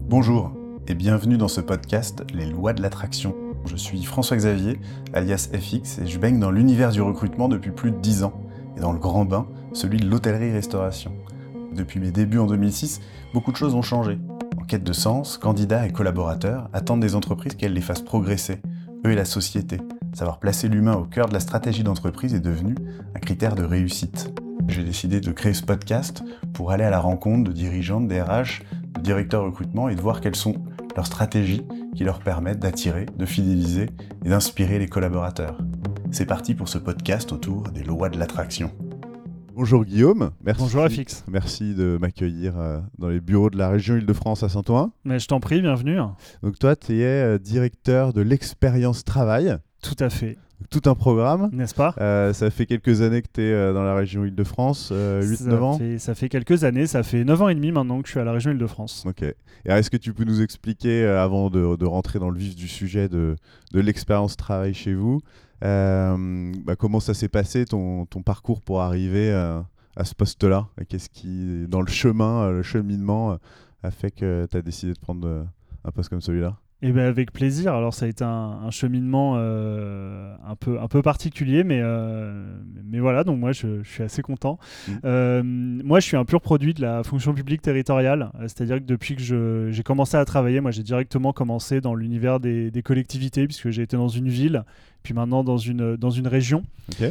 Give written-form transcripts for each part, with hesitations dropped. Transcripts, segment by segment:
Bonjour et bienvenue dans ce podcast Les lois de l'attraction. Je suis François-Xavier, alias FX, et je baigne dans l'univers du recrutement depuis plus de 10 ans, et dans le grand bain, celui de l'hôtellerie-restauration. Depuis mes débuts en 2006, beaucoup de choses ont changé. En quête de sens, candidats et collaborateurs attendent des entreprises qu'elles les fassent progresser, eux et la société. Savoir placer l'humain au cœur de la stratégie d'entreprise est devenu un critère de réussite. J'ai décidé de créer ce podcast pour aller à la rencontre de dirigeants, de DRH, de directeurs recrutement et de voir quelles sont leurs stratégies qui leur permettent d'attirer, de fidéliser et d'inspirer les collaborateurs. C'est parti pour ce podcast autour des lois de l'attraction. Bonjour Guillaume, merci. Bonjour FX. Merci de m'accueillir dans les bureaux de la région Île-de-France à Saint-Ouen. Mais je t'en prie, bienvenue. Donc toi, tu es directeur de l'expérience travail. Tout à fait. Tout un programme. N'est-ce pas ? Ça fait quelques années que tu es dans la région Île-de-France, 8-9 ans. Ça fait quelques années, ça fait 9 ans et demi maintenant que je suis à la région Île-de-France. Ok. Et alors, est-ce que tu peux nous expliquer, avant de rentrer dans le vif du sujet de l'expérience travail chez vous, comment ça s'est passé ton parcours pour arriver à ce poste-là ? Et qu'est-ce qui, dans le cheminement, a fait que tu as décidé de prendre un poste comme celui-là ? Eh bien, avec plaisir. Alors, ça a été un cheminement un peu particulier, mais voilà, donc moi, je suis assez content. Moi, je suis un pur produit de la fonction publique territoriale, c'est-à-dire que depuis que j'ai commencé à travailler, moi, j'ai directement commencé dans l'univers des collectivités, puisque j'ai été dans une ville, puis maintenant dans une région. Okay.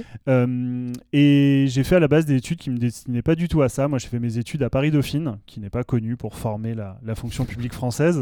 Et j'ai fait à la base des études qui ne me destinaient pas du tout à ça. Moi, j'ai fait mes études à Paris-Dauphine, qui n'est pas connu pour former la fonction publique française,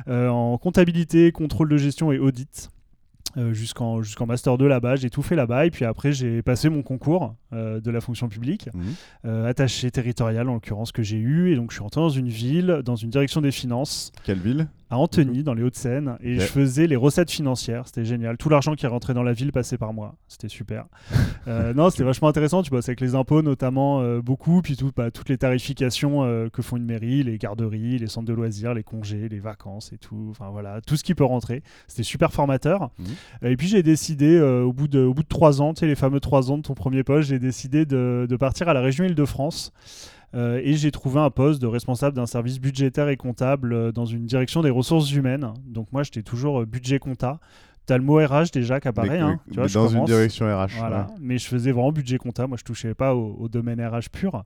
en comptabilité, contrôle de gestion et audit. Jusqu'en Master 2 là-bas, j'ai tout fait là-bas et puis après j'ai passé mon concours de la fonction publique, attaché territorial en l'occurrence que j'ai eu, et donc je suis rentré dans une ville, dans une direction des finances. Quelle ville ? À Antony, dans les Hauts-de-Seine, et je faisais les recettes financières, c'était génial. Tout l'argent qui rentrait dans la ville passait par moi, c'était super. Non, c'était vachement intéressant, tu bosses avec les impôts notamment beaucoup, puis toutes les tarifications que font une mairie, les garderies, les centres de loisirs, les congés, les vacances et tout, enfin voilà, tout ce qui peut rentrer. C'était super formateur. Et puis j'ai décidé, au bout de 3 ans, tu sais les fameux 3 ans de ton premier poste, j'ai décidé de partir à la région Île-de-France. Et j'ai trouvé un poste de responsable d'un service budgétaire et comptable dans une direction des ressources humaines. Donc moi, j'étais toujours budget compta. Tu as le mot RH déjà qui apparaît. Tu vois, dans une direction RH. Voilà. Mais je faisais vraiment budget compta. Moi, je ne touchais pas au domaine RH pur.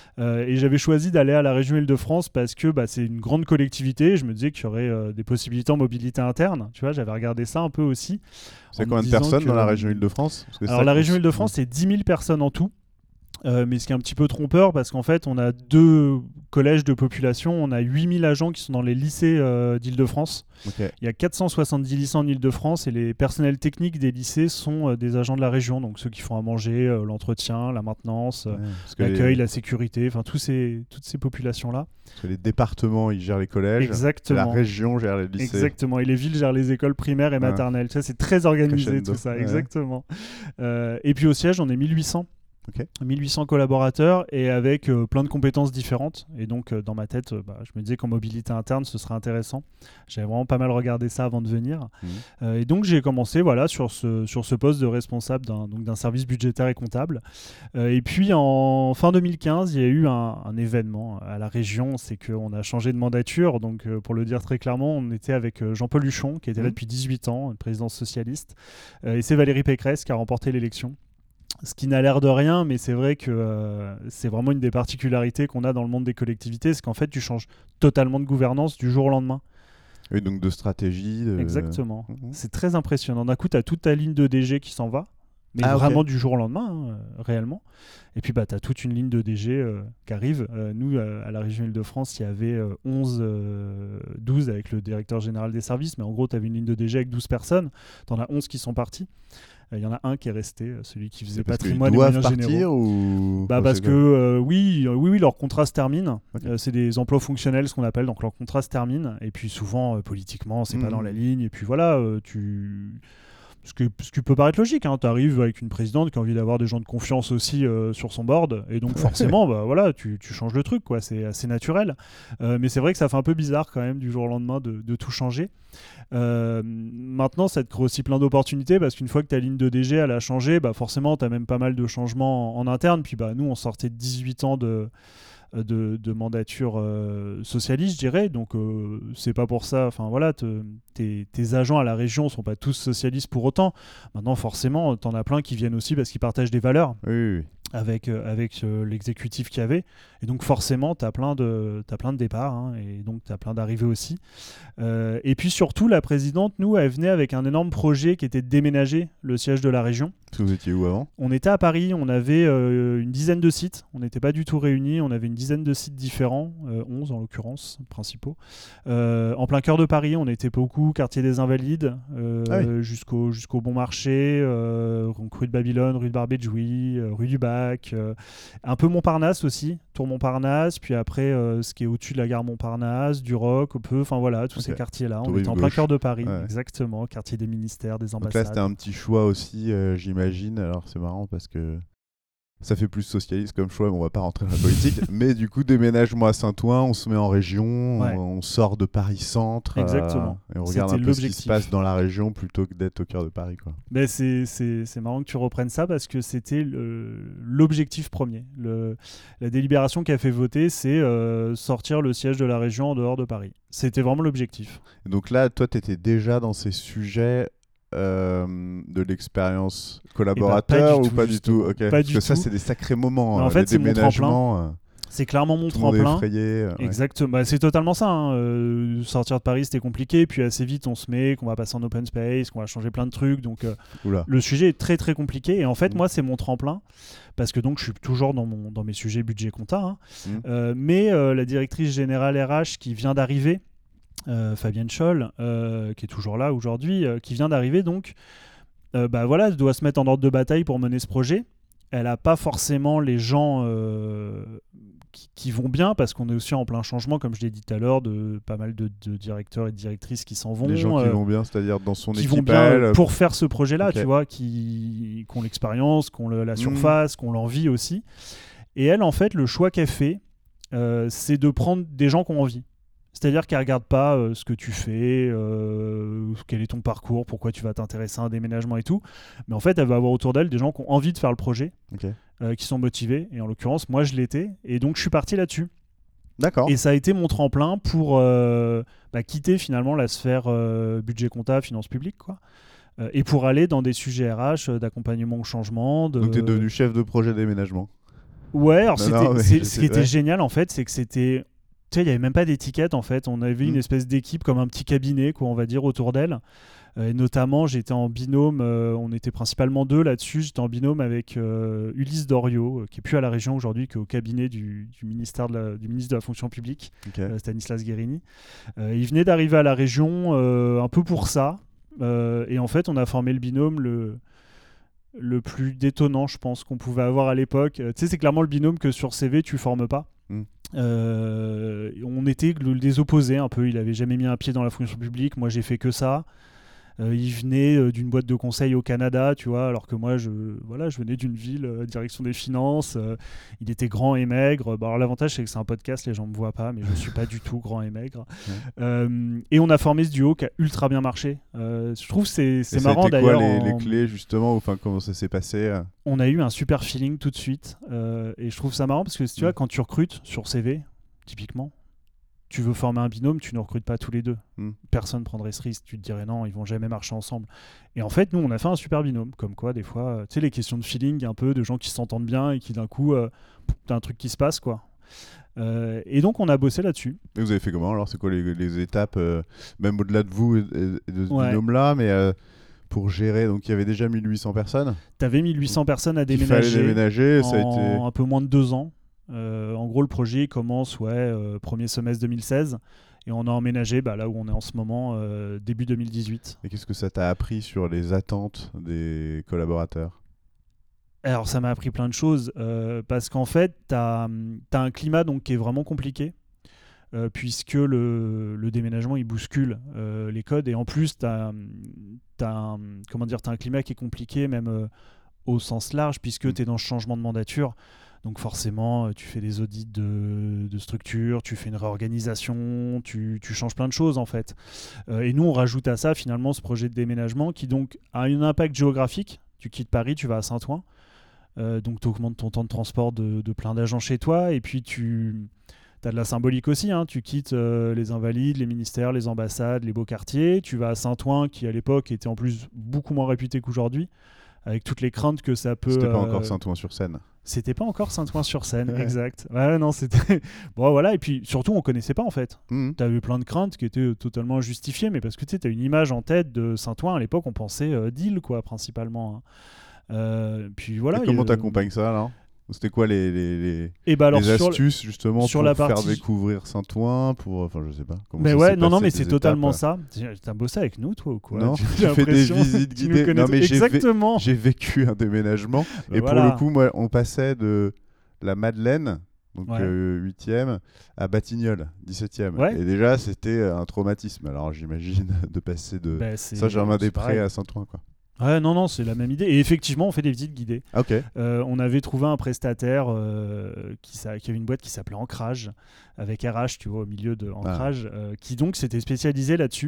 Et j'avais choisi d'aller à la région Île-de-France parce que c'est une grande collectivité. Je me disais qu'il y aurait des possibilités en mobilité interne. Tu vois, j'avais regardé ça un peu aussi. C'est combien de personnes dans la région Île-de-France ? Alors, la région Île-de-France, c'est 10 000 personnes en tout. Mais ce qui est un petit peu trompeur parce qu'en fait on a 2 collèges de population, on a 8000 agents qui sont dans les lycées d'Île-de-France. Il y a 470 lycées en Île-de-France et les personnels techniques des lycées sont des agents de la région, donc ceux qui font à manger, l'entretien, la maintenance, l'accueil, la sécurité, enfin toutes ces populations-là. Parce que les départements ils gèrent les collèges, exactement. La région gère les lycées. Exactement, et les villes gèrent les écoles primaires et maternelles. Ça, c'est très organisé Crescendo. tout ça, exactement. Et puis au siège on est 1800. 1800 collaborateurs et avec plein de compétences différentes, et donc dans ma tête je me disais qu'en mobilité interne ce serait intéressant. J'avais vraiment pas mal regardé ça avant de venir. Et donc j'ai commencé sur ce poste de responsable d'un service budgétaire et comptable, et puis en fin 2015 il y a eu un événement à la région, c'est qu'on a changé de mandature, donc pour le dire très clairement on était avec Jean-Paul Huchon qui était là depuis 18 ans, président socialiste, et c'est Valérie Pécresse qui a remporté l'élection. Ce qui n'a l'air de rien, mais c'est vrai que c'est vraiment une des particularités qu'on a dans le monde des collectivités, c'est qu'en fait, tu changes totalement de gouvernance du jour au lendemain. Oui, donc de stratégie. Exactement. C'est très impressionnant. D'un coup, tu as toute ta ligne de DG qui s'en va, mais vraiment du jour au lendemain, réellement. Et puis, tu as toute une ligne de DG qui arrive. Nous, à la région Île-de-France, il y avait 12 avec le directeur général des services, mais en gros, tu avais une ligne de DG avec 12 personnes. Tu en as 11 qui sont partis. Il y en a un qui est resté, celui qui faisait patrimoine et moyens généraux. Ou... parce que oui, leur contrat se termine. C'est des emplois fonctionnels, ce qu'on appelle, donc leur contrat se termine. Et puis souvent, politiquement, c'est pas dans la ligne. Et puis voilà, ce qui peut paraître logique, tu arrives avec une présidente qui a envie d'avoir des gens de confiance aussi sur son board, et donc forcément tu changes le truc, quoi. C'est assez naturel, mais c'est vrai que ça fait un peu bizarre quand même du jour au lendemain de tout changer. Maintenant ça te crée aussi plein d'opportunités, parce qu'une fois que ta ligne de DG elle a changé, forcément tu as même pas mal de changements en interne. Puis nous on sortait de 18 ans de mandature socialiste, je dirais. Donc, c'est pas pour ça. Enfin, voilà, tes agents à la région sont pas tous socialistes pour autant. Maintenant, forcément, t'en as plein qui viennent aussi parce qu'ils partagent des valeurs. Oui. Avec l'exécutif qu'il y avait. Et donc forcément, tu as plein de départs, hein, et donc tu as plein d'arrivées aussi. Et puis surtout, la présidente, nous, elle venait avec un énorme projet qui était de déménager le siège de la région. Vous étiez où avant ? On était à Paris, on avait une dizaine de sites. On n'était pas du tout réunis, on avait une dizaine de sites différents, 11 en l'occurrence, principaux. En plein cœur de Paris, on était beaucoup, quartier des Invalides, jusqu'au Bon Marché, rue de Babylone, rue de Barbet-de-Jouy, rue du Bac, un peu Montparnasse aussi, Tour Montparnasse, puis après ce qui est au-dessus de la gare Montparnasse, du Roc, enfin voilà, tous ces quartiers-là. On était en plein cœur de Paris, exactement, quartier des ministères, des ambassades. Donc là, c'était un petit choix aussi, j'imagine. Alors c'est marrant parce que ça fait plus socialiste comme choix, mais on va pas rentrer dans la politique. Mais du coup, déménagement à Saint-Ouen, on se met en région, on sort de Paris-Centre. Exactement. Et on regarde un peu ce qui se passe dans la région plutôt que d'être au cœur de Paris, quoi. Mais c'est marrant que tu reprennes ça parce que c'était l'objectif premier. La délibération qui a fait voter, c'est sortir le siège de la région en dehors de Paris. C'était vraiment l'objectif. Et donc là, toi, tu étais déjà dans ces sujets de l'expérience collaborateur ou pas du tout? Okay. Parce que ça, c'est des sacrés moments. En fait, c'est mon tremplin. C'est clairement mon tremplin. Effrayé, Exactement. Bah, c'est totalement ça. Hein. Sortir de Paris, c'était compliqué. Puis assez vite, on se met qu'on va passer en open space, qu'on va changer plein de trucs. Donc, le sujet est très, très compliqué. Et en fait, moi, c'est mon tremplin. Parce que donc, je suis toujours dans mes sujets budget compta. Hein. Mais la directrice générale RH qui vient d'arriver, Fabienne Scholl, qui est toujours là aujourd'hui, qui vient d'arriver, donc elle doit se mettre en ordre de bataille pour mener ce projet. Elle n'a pas forcément les gens qui vont bien, parce qu'on est aussi en plein changement, comme je l'ai dit tout à l'heure, de pas mal de directeurs et de directrices qui s'en vont. Les gens qui vont bien, c'est-à-dire dans son équipe, qui vont bien pour faire ce projet-là, tu vois, qui ont l'expérience, qui ont la surface, qui ont l'envie aussi. Et elle, en fait, le choix qu'elle fait, c'est de prendre des gens qui ont envie. C'est-à-dire qu'elle ne regarde pas ce que tu fais, quel est ton parcours, pourquoi tu vas t'intéresser à un déménagement et tout. Mais en fait, elle va avoir autour d'elle des gens qui ont envie de faire le projet, qui sont motivés. Et en l'occurrence, moi, je l'étais. Et donc, je suis parti là-dessus. D'accord. Et ça a été mon tremplin pour quitter finalement la sphère budget compta, finances publiques, quoi. Et pour aller dans des sujets RH, d'accompagnement au changement. Donc, tu es devenu chef de projet déménagement. Ouais, alors ce qui était génial, en fait, c'est que c'était... Tu sais, il n'y avait même pas d'étiquette en fait. On avait une espèce d'équipe comme un petit cabinet, quoi, on va dire, autour d'elle. Et notamment, j'étais en binôme, on était principalement deux là-dessus. J'étais en binôme avec Ulysse Doriot, qui n'est plus à la région aujourd'hui, qui est au cabinet du ministre de la fonction publique, Stanislas Guérini. Il venait d'arriver à la région un peu pour ça. Et en fait, on a formé le binôme le plus détonnant, je pense, qu'on pouvait avoir à l'époque. Tu sais, c'est clairement le binôme que sur CV, tu ne formes pas. On était des opposés un peu. Il avait jamais mis un pied dans la fonction publique. Moi, j'ai fait que ça. Il venait d'une boîte de conseil au Canada, tu vois, alors que moi, je venais d'une ville, direction des finances. Il était grand et maigre. Alors, l'avantage, c'est que c'est un podcast, les gens me voient pas, mais je suis pas du tout grand et maigre. Et on a formé ce duo qui a ultra bien marché. Je trouve que c'est marrant d'ailleurs. C'est quoi les clés justement, enfin comment ça s'est passé? On a eu un super feeling tout de suite, et je trouve ça marrant parce que tu vois, quand tu recrutes sur CV, typiquement, tu veux former un binôme, tu ne recrutes pas tous les deux. Personne ne prendrait ce risque. Tu te dirais non, ils vont jamais marcher ensemble. Et en fait, nous, on a fait un super binôme. Comme quoi, des fois, tu sais, les questions de feeling, un peu, de gens qui s'entendent bien et qui d'un coup, t'as un truc qui se passe, quoi. Et donc, on a bossé là-dessus. Et vous avez fait comment alors? C'est quoi les étapes, même au-delà de vous et de ce binôme-là, mais pour gérer, donc il y avait déjà 1800 personnes. T'avais 1800 personnes à déménager. Il fallait déménager, ça a été un peu moins de 2 ans. En gros, le projet commence premier semestre 2016 et on a emménagé là où on est en ce moment, début 2018. Et qu'est-ce que ça t'a appris sur les attentes des collaborateurs? Alors, ça m'a appris plein de choses parce qu'en fait, t'as un climat donc, qui est vraiment compliqué. Puisque le déménagement il bouscule les codes, et en plus t'as un climat qui est compliqué même au sens large, puisque tu es dans ce changement de mandature. Donc forcément, tu fais des audits de structure, tu fais une réorganisation, tu changes plein de choses en fait. Et nous, on rajoute à ça finalement ce projet de déménagement qui donc a un impact géographique. Tu quittes Paris, tu vas à Saint-Ouen. Donc tu augmentes ton temps de transport de plein d'agents chez toi, et puis tu as de la symbolique aussi, hein. Tu quittes les Invalides, les ministères, les ambassades, les beaux quartiers, tu vas à Saint-Ouen qui à l'époque était en plus beaucoup moins réputé qu'aujourd'hui, avec toutes les craintes que ça peut... C'était pas encore Saint-Ouen-sur-Seine. C'était pas encore Saint-Ouen-sur-Seine, exact. Ouais, non, c'était... Bon, voilà, et puis surtout, on connaissait pas, en fait. T'avais plein de craintes qui étaient totalement justifiées, mais parce que tu sais, t'as une image en tête de Saint-Ouen, à l'époque, on pensait d'île, quoi, principalement. Hein. Puis voilà. Et comment t'accompagnes ça, alors ? C'était quoi les astuces, justement, sur pour la faire partie... découvrir Saint-Ouen, pour... Enfin, je sais pas. Mais ouais, non, mais c'est totalement ça. T'as bossé avec nous, toi, ou quoi? Non, tu fais des visites guidées. Non, mais exactement. J'ai vécu un déménagement. Et pour le coup, moi, on passait de la Madeleine, donc 8e, à Batignolles, 17e. Ouais. Et déjà, c'était un traumatisme. Alors, j'imagine de passer de Saint-Germain-des-Prés à Saint-Ouen, quoi. Ouais, non, c'est la même idée. Et effectivement, on fait des visites guidées. Okay. On avait trouvé un prestataire qui avait une boîte qui s'appelait Ancrage, avec RH, tu vois, au milieu de Ancrage, qui donc s'était spécialisé là-dessus.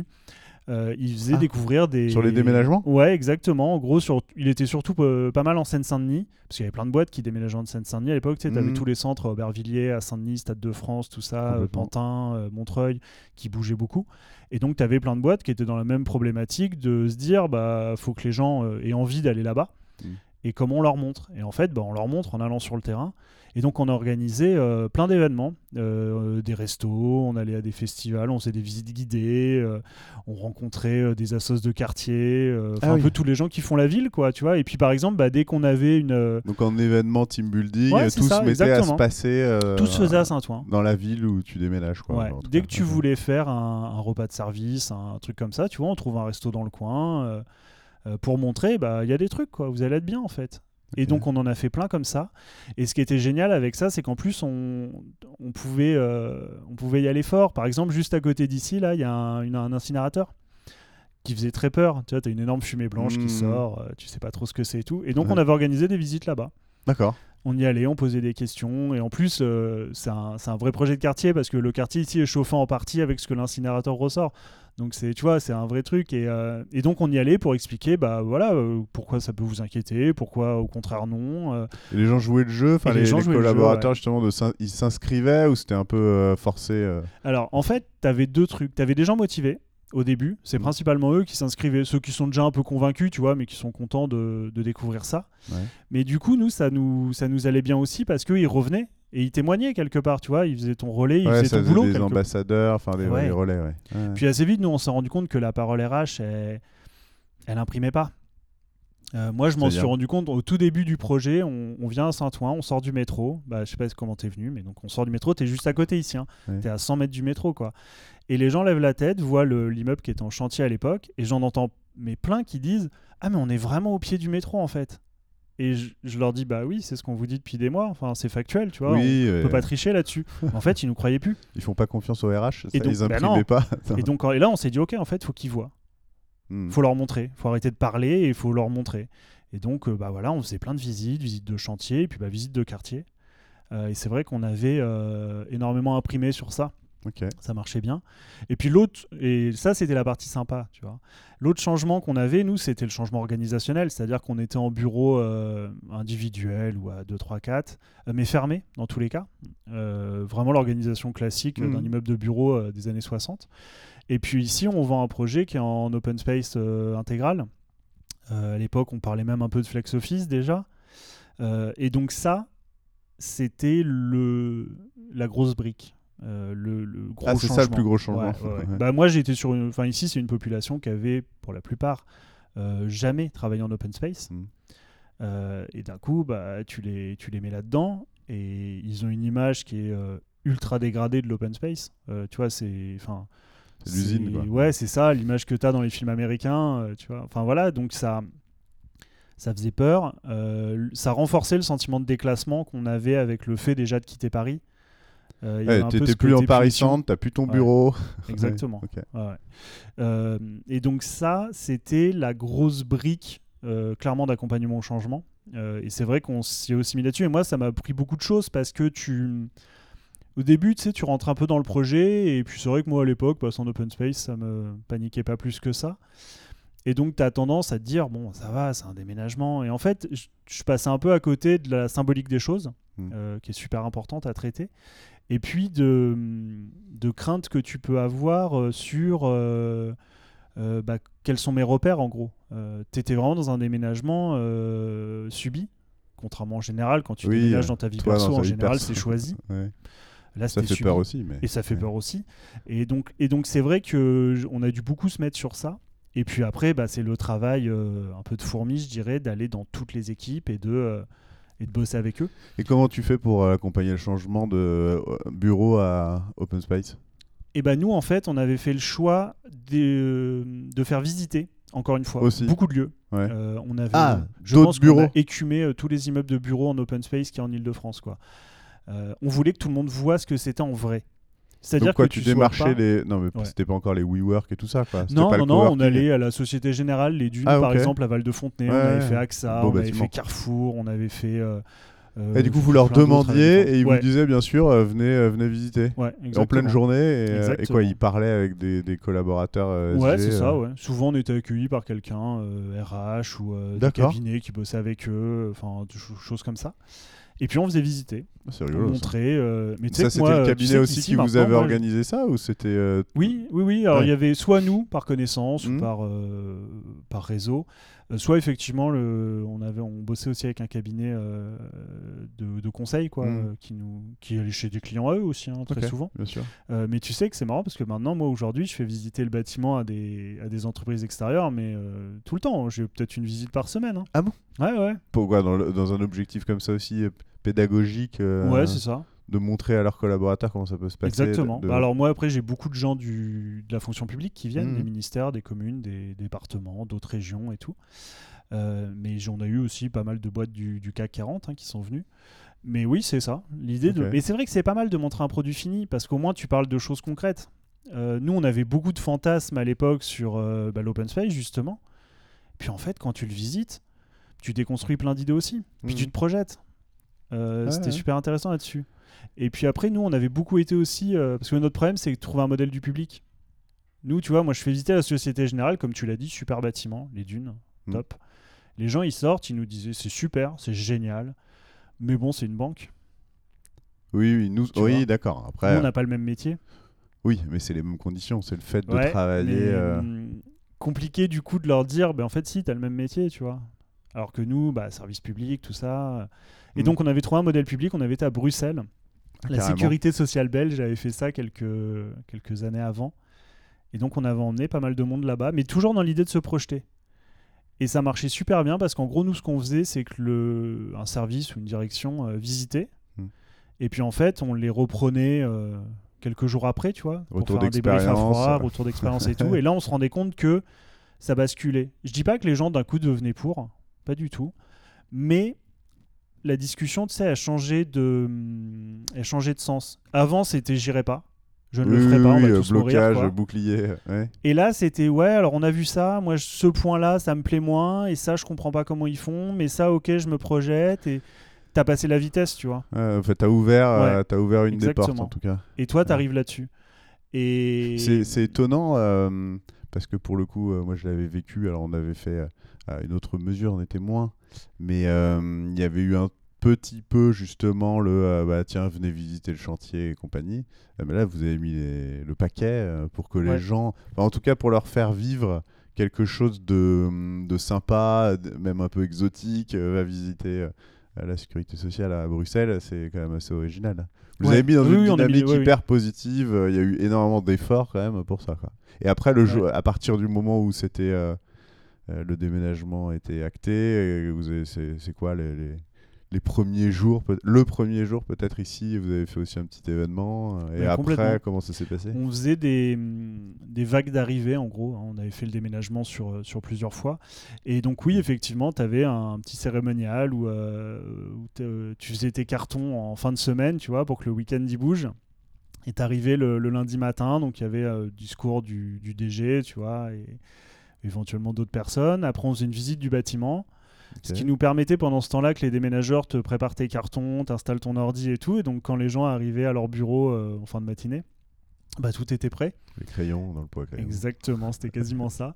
Il faisait découvrir des... Sur les déménagements ? Ouais, exactement. En gros, il était surtout pas mal en Seine-Saint-Denis, parce qu'il y avait plein de boîtes qui déménageaient en Seine-Saint-Denis à l'époque. Tu sais, t'avais tous les centres, Aubervilliers, à Saint-Denis, Stade de France, tout ça, Pantin, Montreuil, qui bougeaient beaucoup. Et donc, t'avais plein de boîtes qui étaient dans la même problématique de se dire, faut que les gens aient envie d'aller là-bas. Et comment on leur montre ? Et en fait, on leur montre en allant sur le terrain. Et donc, on a organisé plein d'événements, des restos, on allait à des festivals, on faisait des visites guidées, on rencontrait des assos de quartier, un peu tous les gens qui font la ville, quoi, tu vois. Et puis, par exemple, dès qu'on avait une... Donc, en événement team building, tout se mettait à se passer... tout se faisait à Saint-Ouen. Dans la ville où tu déménages, quoi. Ouais. Dès que tu voulais faire un repas de service, un truc comme ça, tu vois, on trouve un resto dans le coin... pour montrer, il y a des trucs, quoi. Vous allez être bien, en fait. Okay. Et donc, on en a fait plein comme ça. Et ce qui était génial avec ça, c'est qu'en plus, on pouvait y aller fort. Par exemple, juste à côté d'ici, là, il y a un incinérateur qui faisait très peur. Tu vois, tu as une énorme fumée blanche qui sort, tu sais pas trop ce que c'est et tout. Et donc, on avait organisé des visites là-bas. D'accord. On y allait, on posait des questions. Et en plus, c'est un vrai projet de quartier parce que le quartier ici est chauffant en partie avec ce que l'incinérateur ressort. Donc tu vois, c'est un vrai truc et donc on y allait pour expliquer pourquoi ça peut vous inquiéter, pourquoi au contraire non. Et les gens jouaient le jeu, enfin les collaborateurs justement ils s'inscrivaient ou c'était un peu forcé Alors en fait, t'avais deux trucs, t'avais des gens motivés au début, c'est principalement eux qui s'inscrivaient, ceux qui sont déjà un peu convaincus, tu vois, mais qui sont contents de découvrir ça. Ouais. Mais du coup, ça nous allait bien aussi parce qu'ils revenaient. Et ils témoignaient quelque part, tu vois, ils faisaient ton relais, ils faisaient ton boulot. Des ambassadeurs, enfin des relais, ouais. Puis assez vite, nous, on s'est rendu compte que la parole RH, elle imprimait pas. Moi, je m'en suis rendu compte au tout début du projet. On vient à Saint-Ouen, on sort du métro. Je sais pas comment t'es venu, mais donc on sort du métro, t'es juste à côté ici. Hein. Ouais. T'es à 100 mètres du métro, quoi. Et les gens lèvent la tête, voient l'immeuble qui était en chantier à l'époque, et j'en entends plein qui disent « Ah, mais on est vraiment au pied du métro, en fait ». Et je leur dis, oui, c'est ce qu'on vous dit depuis des mois. Enfin, c'est factuel, tu vois. Oui, on peut pas tricher là-dessus. En fait, ils nous croyaient plus. Ils font pas confiance au RH, ça, donc, ils imprimaient pas. Et là, on s'est dit, ok, en fait, faut qu'ils voient. Faut leur montrer. Faut arrêter de parler et il faut leur montrer. Et donc, voilà, on faisait plein de visites de chantier et puis visites de quartier. Et c'est vrai qu'on avait énormément imprimé sur ça. Okay. Ça marchait bien. Et puis et ça c'était la partie sympa, tu vois. L'autre changement qu'on avait, nous, c'était le changement organisationnel, c'est-à-dire qu'on était en bureau individuel ou à 2, 3, 4, mais fermé dans tous les cas. Vraiment l'organisation classique d'un immeuble de bureau des années 60. Et puis ici, on vend un projet qui est en open space intégral. À l'époque, on parlait même un peu de flex office déjà. Et donc ça, c'était la grosse brique. Le gros changement. C'est ça le plus gros changement. Ouais. Moi j'étais ici c'est une population qui avait pour la plupart jamais travaillé en open space et d'un coup tu les mets là-dedans et ils ont une image qui est ultra dégradée de l'open space. Tu vois, c'est l'usine, quoi. Ouais, c'est ça l'image que tu as dans les films américains, tu vois. Enfin voilà, donc ça faisait peur, ça renforçait le sentiment de déclassement qu'on avait avec le fait déjà de quitter Paris. T'étais plus en Paris-Centre, t'as plus ton bureau. Exactement. Okay. Et donc ça, c'était la grosse brique clairement d'accompagnement au changement. Et c'est vrai qu'on s'y est aussi mis là-dessus. Et moi, ça m'a appris beaucoup de choses parce que au début, tu rentres un peu dans le projet. Et puis c'est vrai que moi, à l'époque, en open space, ça me paniquait pas plus que ça. Et donc, tu as tendance à te dire, bon, ça va, c'est un déménagement. Et en fait, je passais un peu à côté de la symbolique des choses, qui est super importante à traiter. Et puis, de craintes que tu peux avoir sur quels sont mes repères, en gros. Tu étais vraiment dans un déménagement subi, contrairement en général, quand tu déménages dans ta vie perso, en général, c'est choisi. Ouais. Là, ça fait subi. peur aussi. Mais... Et ça fait peur aussi. Et donc c'est vrai qu'on a dû beaucoup se mettre sur ça. Et puis après, c'est le travail un peu de fourmi, je dirais, d'aller dans toutes les équipes et de bosser avec eux. Et comment tu fais pour accompagner le changement de bureau à Open Space ? Et nous, en fait, on avait fait le choix de faire visiter, encore une fois, beaucoup de lieux. Ouais. On avait, d'autres bureaux. On a écumé tous les immeubles de bureaux en Open Space qui est en Ile-de-France, quoi. On voulait que tout le monde voit ce que c'était en vrai. C'est-à-dire que tu démarchais les... Non, mais c'était pas encore les WeWork et tout ça, quoi. Non, on allait à la Société Générale, les Dunes, par exemple, à Val-de-Fontenay, on avait fait AXA, on avait fait Carrefour, on avait fait... et du coup, vous leur demandiez et ils vous disaient, bien sûr, venez visiter. Ouais, en pleine journée. Et quoi, ils parlaient avec des collaborateurs Ouais, c'est ça, ouais. Souvent, on était accueillis par quelqu'un, RH ou des cabinets qui bossaient avec eux, enfin, choses comme ça. Et puis on faisait visiter, c'est rigolo, on montrait. Mais ça, c'était le cabinet aussi qui vous avait organisé ça ou c'était Oui. Alors il y avait soit nous par connaissance ou par réseau, soit effectivement on bossait aussi avec un cabinet de conseil quoi, qui allait chez des clients à eux aussi très souvent. Bien sûr. Mais tu sais que c'est marrant parce que maintenant moi aujourd'hui je fais visiter le bâtiment à des entreprises extérieures, mais tout le temps. J'ai peut-être une visite par semaine. Ah bon ? Ouais. Pourquoi dans un objectif comme ça aussi pédagogique ouais, c'est ça. De montrer à leurs collaborateurs comment ça peut se passer. Exactement. Alors moi après j'ai beaucoup de gens de la fonction publique qui viennent, des ministères, des communes, des départements, d'autres régions et tout. Mais on a eu aussi pas mal de boîtes du CAC 40 qui sont venues. Mais oui, c'est ça. L'idée Mais c'est vrai que c'est pas mal de montrer un produit fini parce qu'au moins tu parles de choses concrètes. Nous on avait beaucoup de fantasmes à l'époque sur l'open space justement. Puis en fait quand tu le visites, tu déconstruis plein d'idées aussi. Puis tu te projettes. C'était super intéressant là-dessus. Et puis après, nous, on avait beaucoup été aussi... parce que notre problème, c'est de trouver un modèle du public. Nous, tu vois, moi, je fais visiter la Société Générale, comme tu l'as dit, super bâtiment, les dunes, top. Les gens, ils sortent, ils nous disaient, c'est super, c'est génial, mais bon, c'est une banque. Oui, d'accord. Après, nous, on n'a pas le même métier. Oui, mais c'est les mêmes conditions, c'est le fait de travailler... Compliqué, du coup, de leur dire, en fait, si, t'as le même métier, tu vois. Alors que nous, service public, tout ça... Et donc, on avait trouvé un modèle public, on avait été à Bruxelles. La sécurité sociale belge avait fait ça quelques années avant. Et donc, on avait emmené pas mal de monde là-bas, mais toujours dans l'idée de se projeter. Et ça marchait super bien parce qu'en gros, nous, ce qu'on faisait, c'est que un service ou une direction visitait. Et puis, en fait, on les reprenait quelques jours après, tu vois, pour faire un débrief à froid, retour d'expérience et tout. Et là, on se rendait compte que ça basculait. Je dis pas que les gens, d'un coup, devenaient pour. Pas du tout. Mais... la discussion, tu sais, a changé de sens. Avant, c'était j'irai pas. Je ne le ferai pas, on va tous blocage, mourir, quoi. Bouclier. Ouais. Et là, c'était alors on a vu ça. Moi, ce point-là, ça me plaît moins. Et ça, je comprends pas comment ils font. Mais ça, ok, je me projette. Et t'as passé la vitesse, tu vois. En fait, t'as ouvert une des portes, en tout cas. Et toi, t'arrives là-dessus. Et... C'est étonnant parce que pour le coup, moi, je l'avais vécu. Alors, on avait fait une autre mesure, on était moins. Mais il y avait eu un petit peu justement tiens, venez visiter le chantier et compagnie. Mais là, vous avez mis le paquet pour que les gens, en tout cas pour leur faire vivre quelque chose de sympa, même un peu exotique, va visiter la sécurité sociale à Bruxelles, c'est quand même assez original. Vous avez mis dans une dynamique hyper positive, il y a eu énormément d'efforts quand même pour ça, quoi. Et après, à partir du moment où c'était... le déménagement était acté. C'est quoi les premiers jours le premier jour peut-être ici, vous avez fait aussi un petit événement. Et après, comment ça s'est passé ? On faisait des vagues d'arrivée, en gros. On avait fait le déménagement sur plusieurs fois. Et donc oui, effectivement, tu avais un petit cérémonial où tu faisais tes cartons en fin de semaine, tu vois, pour que le week-end y bouge. Et t'arrivais le lundi matin, donc il y avait le discours du DG, tu vois, et éventuellement d'autres personnes. Après, on faisait une visite du bâtiment, ce qui nous permettait pendant ce temps-là que les déménageurs te préparent tes cartons, t'installes ton ordi et tout. Et donc, quand les gens arrivaient à leur bureau en fin de matinée, tout était prêt. Les crayons dans le pot à crayon. Exactement, c'était quasiment ça.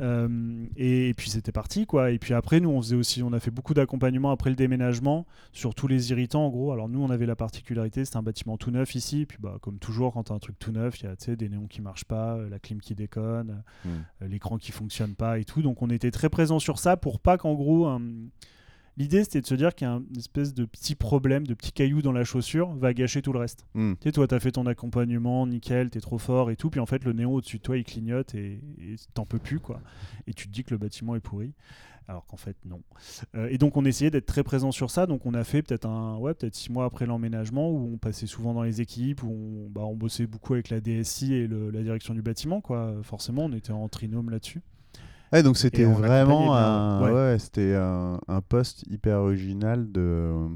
Et puis c'était parti, quoi. Et puis après, nous, on a fait beaucoup d'accompagnement après le déménagement sur tous les irritants, en gros. Alors nous, on avait la particularité, c'était un bâtiment tout neuf ici. Et puis comme toujours, quand tu as un truc tout neuf, il y a des néons qui marchent pas, la clim qui déconne, l'écran qui fonctionne pas et tout. Donc on était très présent sur ça pour pas qu'en gros... L'idée, c'était de se dire qu'il y a une espèce de petit problème, de petit caillou dans la chaussure, va gâcher tout le reste. Tu sais, toi, t'as fait ton accompagnement, nickel, t'es trop fort et tout, puis en fait, le néon au-dessus de toi, il clignote et t'en peux plus, quoi. Et tu te dis que le bâtiment est pourri, alors qu'en fait, non. Et donc, on essayait d'être très présent sur ça. Donc, on a fait peut-être 6 mois après l'emménagement, où on passait souvent dans les équipes, où on bossait beaucoup avec la DSI et la direction du bâtiment, quoi. Forcément, on était en trinôme là-dessus. Ouais, donc c'était vraiment c'était un poste hyper original de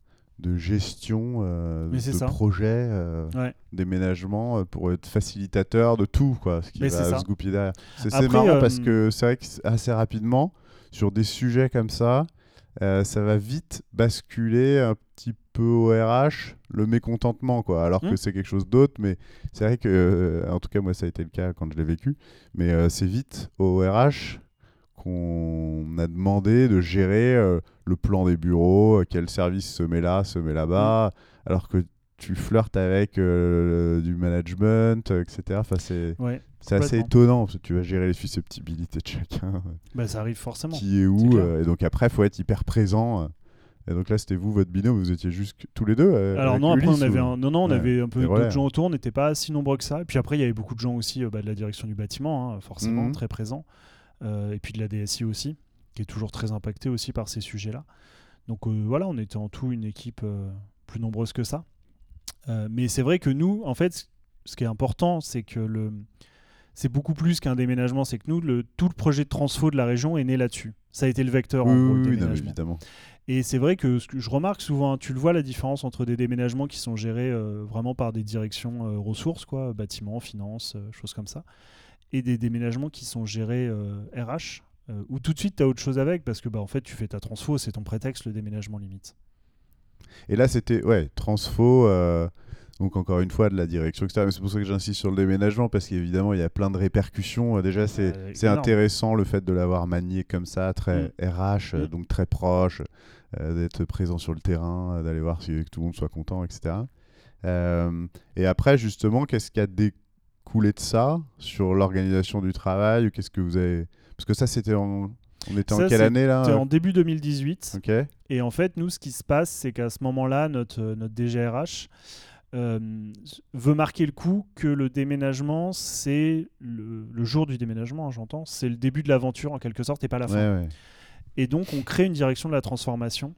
gestion de projet, déménagement, pour être facilitateur de tout, quoi, ce qui va se goupiller derrière. C'est marrant parce que c'est vrai que assez rapidement, sur des sujets comme ça va vite basculer un petit peu au RH, le mécontentement, quoi, alors que c'est quelque chose d'autre, mais c'est vrai que, en tout cas moi ça a été le cas quand je l'ai vécu, mais c'est vite au RH qu'on a demandé de gérer le plan des bureaux, quel service se met là, se met là-bas, alors que tu flirtes avec du management, etc. Enfin, c'est assez étonnant, parce que tu vas gérer les susceptibilité de chacun. Ça arrive forcément. Qui est où, et donc après, il faut être hyper présent. Et donc là, c'était vous, votre binôme, vous étiez juste tous les deux. Alors non, après on avait on avait un peu d'autres gens autour, on n'était pas si nombreux que ça. Et puis après, il y avait beaucoup de gens aussi de la direction du bâtiment, forcément, très présents. Et puis de la DSI aussi, qui est toujours très impactée aussi par ces sujets-là. Donc voilà, on était en tout une équipe plus nombreuse que ça. Mais c'est vrai que nous, en fait, ce qui est important, c'est que c'est beaucoup plus qu'un déménagement, c'est que nous, tout le projet de transfo de la région est né là-dessus. Ça a été le vecteur, en gros, le déménagement. Évidemment. Et c'est vrai que ce que je remarque souvent, tu le vois, la différence entre des déménagements qui sont gérés vraiment par des directions ressources, quoi, bâtiments, finances, choses comme ça, et des déménagements qui sont gérés RH, où tout de suite tu as autre chose avec, parce que en fait tu fais ta transfo, c'est ton prétexte, le déménagement limite. Et là c'était transfo, donc encore une fois de la direction externe, mais c'est pour ça que j'insiste sur le déménagement, parce qu'évidemment il y a plein de répercussions. Déjà c'est intéressant le fait de l'avoir manié comme ça, très RH, donc très proche, d'être présent sur le terrain, d'aller voir que tout le monde soit content, etc. Et après justement, qu'est-ce qui a découlé de ça sur l'organisation du travail, ou qu'est-ce que vous avez... Parce que ça c'était on était en quelle année là ? C'était en début 2018. Okay. Et en fait, nous, ce qui se passe, c'est qu'à ce moment-là, notre DGRH veut marquer le coup que le déménagement, c'est le jour du déménagement, j'entends, c'est le début de l'aventure en quelque sorte et pas la fin. Ouais. Et donc, on crée une direction de la transformation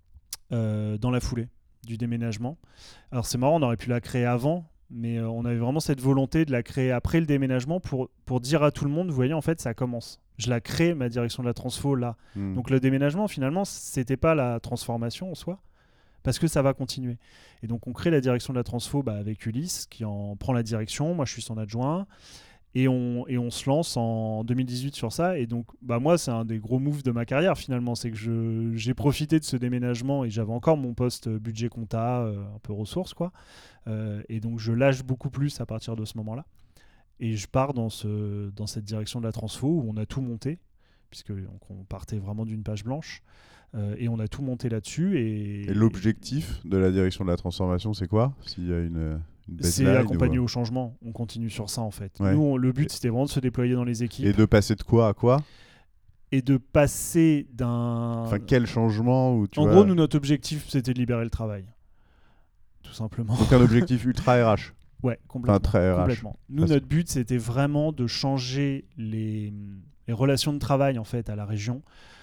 dans la foulée du déménagement. Alors, c'est marrant, on aurait pu la créer avant, mais on avait vraiment cette volonté de la créer après le déménagement pour dire à tout le monde, vous voyez, en fait, ça commence. Je la crée, ma direction de la transfo, là. Donc le déménagement, finalement, c'était pas la transformation en soi, parce que ça va continuer. Et donc on crée la direction de la transfo avec Ulysse, qui en prend la direction. Moi, je suis son adjoint. Et on se lance en 2018 sur ça. Et donc, moi, c'est un des gros moves de ma carrière, finalement. C'est que j'ai profité de ce déménagement et j'avais encore mon poste budget compta, un peu ressources, quoi. Et donc, je lâche beaucoup plus à partir de ce moment-là. Et je pars dans cette direction de la transfo où on a tout monté, puisque on partait vraiment d'une page blanche. Et on a tout monté là-dessus. Et l'objectif de la direction de la transformation, c'est quoi ? S'il y a une c'est accompagner au changement. On continue sur ça, en fait. Ouais. Nous, le but, c'était vraiment de se déployer dans les équipes. Et de passer de quoi à quoi ? Et de passer d'un... Enfin, quel changement ou En gros, nous, notre objectif, c'était de libérer le travail. Tout simplement. Donc un objectif ultra RH. Ouais, complètement. Enfin, très RH. Complètement. Nous, notre but, c'était vraiment de changer les relations de travail, en fait, à la région.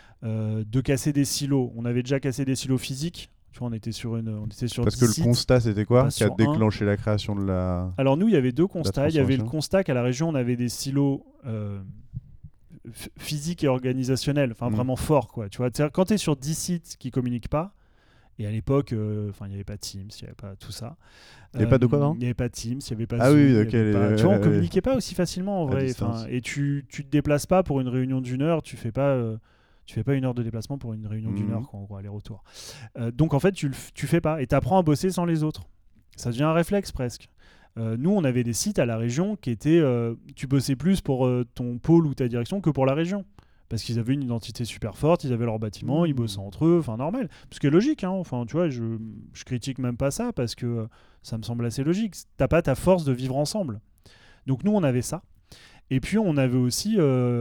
De casser des silos. On avait déjà cassé des silos physiques. Tu vois, on était sur Parce que le constat, c'était quoi qui a déclenché la création de la... Alors nous, il y avait deux constats. Il y avait le constat qu'à la région, on avait des silos physiques et organisationnels, vraiment forts, quoi. Tu vois, quand tu es sur 10 sites qui communiquent pas, et à l'époque, il n'y avait pas Teams, il n'y avait pas tout ça. Il n'y avait pas de quoi, non ? Il n'y avait pas Teams, il n'y avait pas Zoom. Ah oui, ok. Tu vois, on communiquait pas aussi facilement, en vrai. Et tu te déplaces pas pour une réunion d'1 heure, tu fais pas 1 heure de déplacement pour une réunion d'1 heure, quoi, en gros, aller-retour. Donc en fait, tu fais pas et tu apprends à bosser sans les autres. Ça devient un réflexe presque. Nous, on avait des sites à la région qui étaient... tu bossais plus pour ton pôle ou ta direction que pour la région. Parce qu'ils avaient une identité super forte, ils avaient leur bâtiment, ils bossaient entre eux, enfin normal. Ce qui est logique, hein. Enfin, tu vois, je critique même pas ça parce que ça me semble assez logique. T'as pas ta force de vivre ensemble. Donc nous, on avait ça. Et puis, on avait aussi...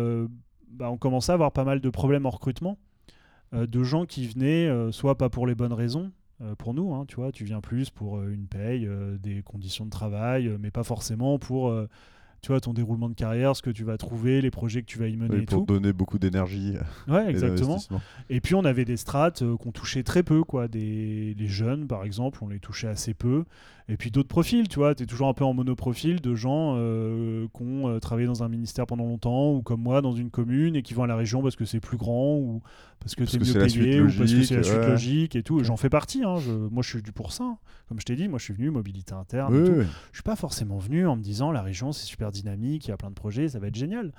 on commençait à avoir pas mal de problèmes en recrutement de gens qui venaient, soit pas pour les bonnes raisons, pour nous, hein, tu vois, tu viens plus pour une paye, des conditions de travail, mais pas forcément pour tu vois, ton déroulement de carrière, ce que tu vas trouver, les projets que tu vas y mener et pour tout. donner beaucoup d'énergie. Ouais, exactement. Et puis on avait des strates qu'on touchait très peu, quoi. Les jeunes, par exemple, on les touchait assez peu. Et puis d'autres profils, tu vois, tu es toujours un peu en monoprofil de gens qui ont travaillé dans un ministère pendant longtemps, ou comme moi, dans une commune, et qui vont à la région parce que c'est plus grand, ou parce que tu es mieux payé, ou parce que c'est la suite logique et tout. Et j'en fais partie, hein. Moi je suis venu pour ça. Hein. Comme je t'ai dit, moi je suis venu, mobilité interne et tout. Je suis pas forcément venu en me disant la région c'est super dynamique, il y a plein de projets, ça va être génial.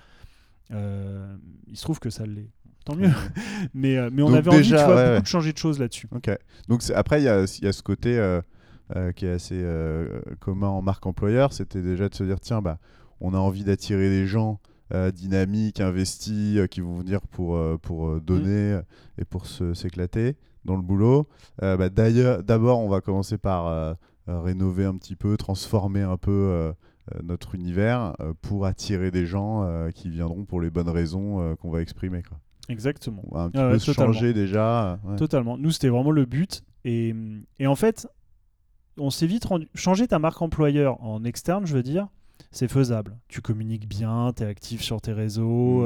Il se trouve que ça l'est. Tant mieux. mais on avait envie, tu vois, beaucoup de changer de choses là-dessus. Ok. Donc après, il y a ce côté qui est assez commun en marque employeur, c'était déjà de se dire tiens, on a envie d'attirer des gens dynamiques, investis, qui vont venir pour donner et pour s'éclater dans le boulot. D'abord, on va commencer par rénover un petit peu, transformer un peu notre univers pour attirer des gens qui viendront pour les bonnes raisons qu'on va exprimer, quoi. Exactement. On va un petit peu se changer déjà. Totalement. Nous, c'était vraiment le but. Et en fait, on s'est vite rendu... Changer ta marque employeur en externe, je veux dire, c'est faisable. Tu communiques bien, tu es actif sur tes réseaux,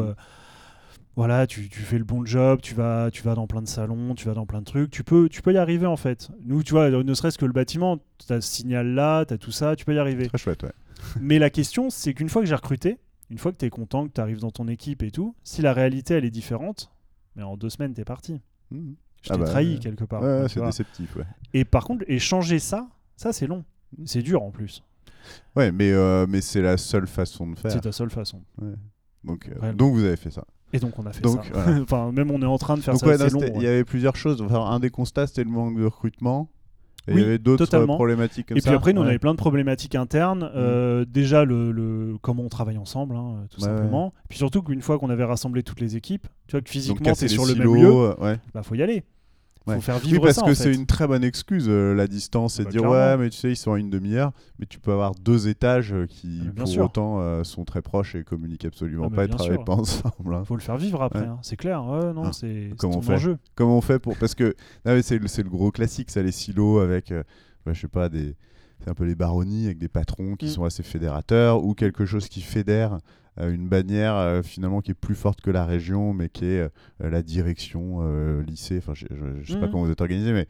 voilà, tu fais le bon job, tu vas dans plein de salons, tu vas dans plein de trucs. Tu peux y arriver, en fait. Nous, tu vois, ne serait-ce que le bâtiment, tu as ce signal là, tu as tout ça, tu peux y arriver. Très chouette, ouais. Mais la question, c'est qu'une fois que j'ai recruté, une fois que tu es content, que tu arrives dans ton équipe et tout, si la réalité, elle est différente, mais en 2 semaines, tu es parti. Je t'ai trahi quelque part. Ouais, c'est déceptif, ouais. Et par contre, changer ça, c'est long. C'est dur en plus. Ouais, mais c'est la seule façon de faire. C'est ta seule façon. Ouais. Donc vous avez fait ça. Et donc on a fait ça. Voilà. Enfin, même on est en train de faire donc, ça. C'est long. Il y avait plusieurs choses. Enfin, un des constats, c'était le manque de recrutement. Et oui, il y avait d'autres totalement. problématiques comme ça. Et puis après, nous, on avait plein de problématiques internes. Déjà, comment on travaille ensemble, hein, tout simplement. Et puis surtout qu'une fois qu'on avait rassemblé toutes les équipes, tu vois que physiquement, tu es sur le même lieu, faut y aller. Faut faire vivre parce ça, que en c'est fait. une très bonne excuse, la distance, et de dire clairement. mais tu sais, ils sont à une demi-heure, mais tu peux avoir 2 étages qui, pour autant, sont très proches et communiquent absolument pas et travaillent pas ensemble. Hein. Faut le faire vivre après, hein. C'est clair. C'est comment ton enjeu. Comment on fait pour... Parce que c'est le gros classique, ça, les silos avec, je sais pas, c'est un peu les baronnies avec des patrons qui sont assez fédérateurs, ou quelque chose qui fédère une bannière finalement qui est plus forte que la région, mais qui est la direction, lycée, enfin je sais pas comment vous êtes organisé, mais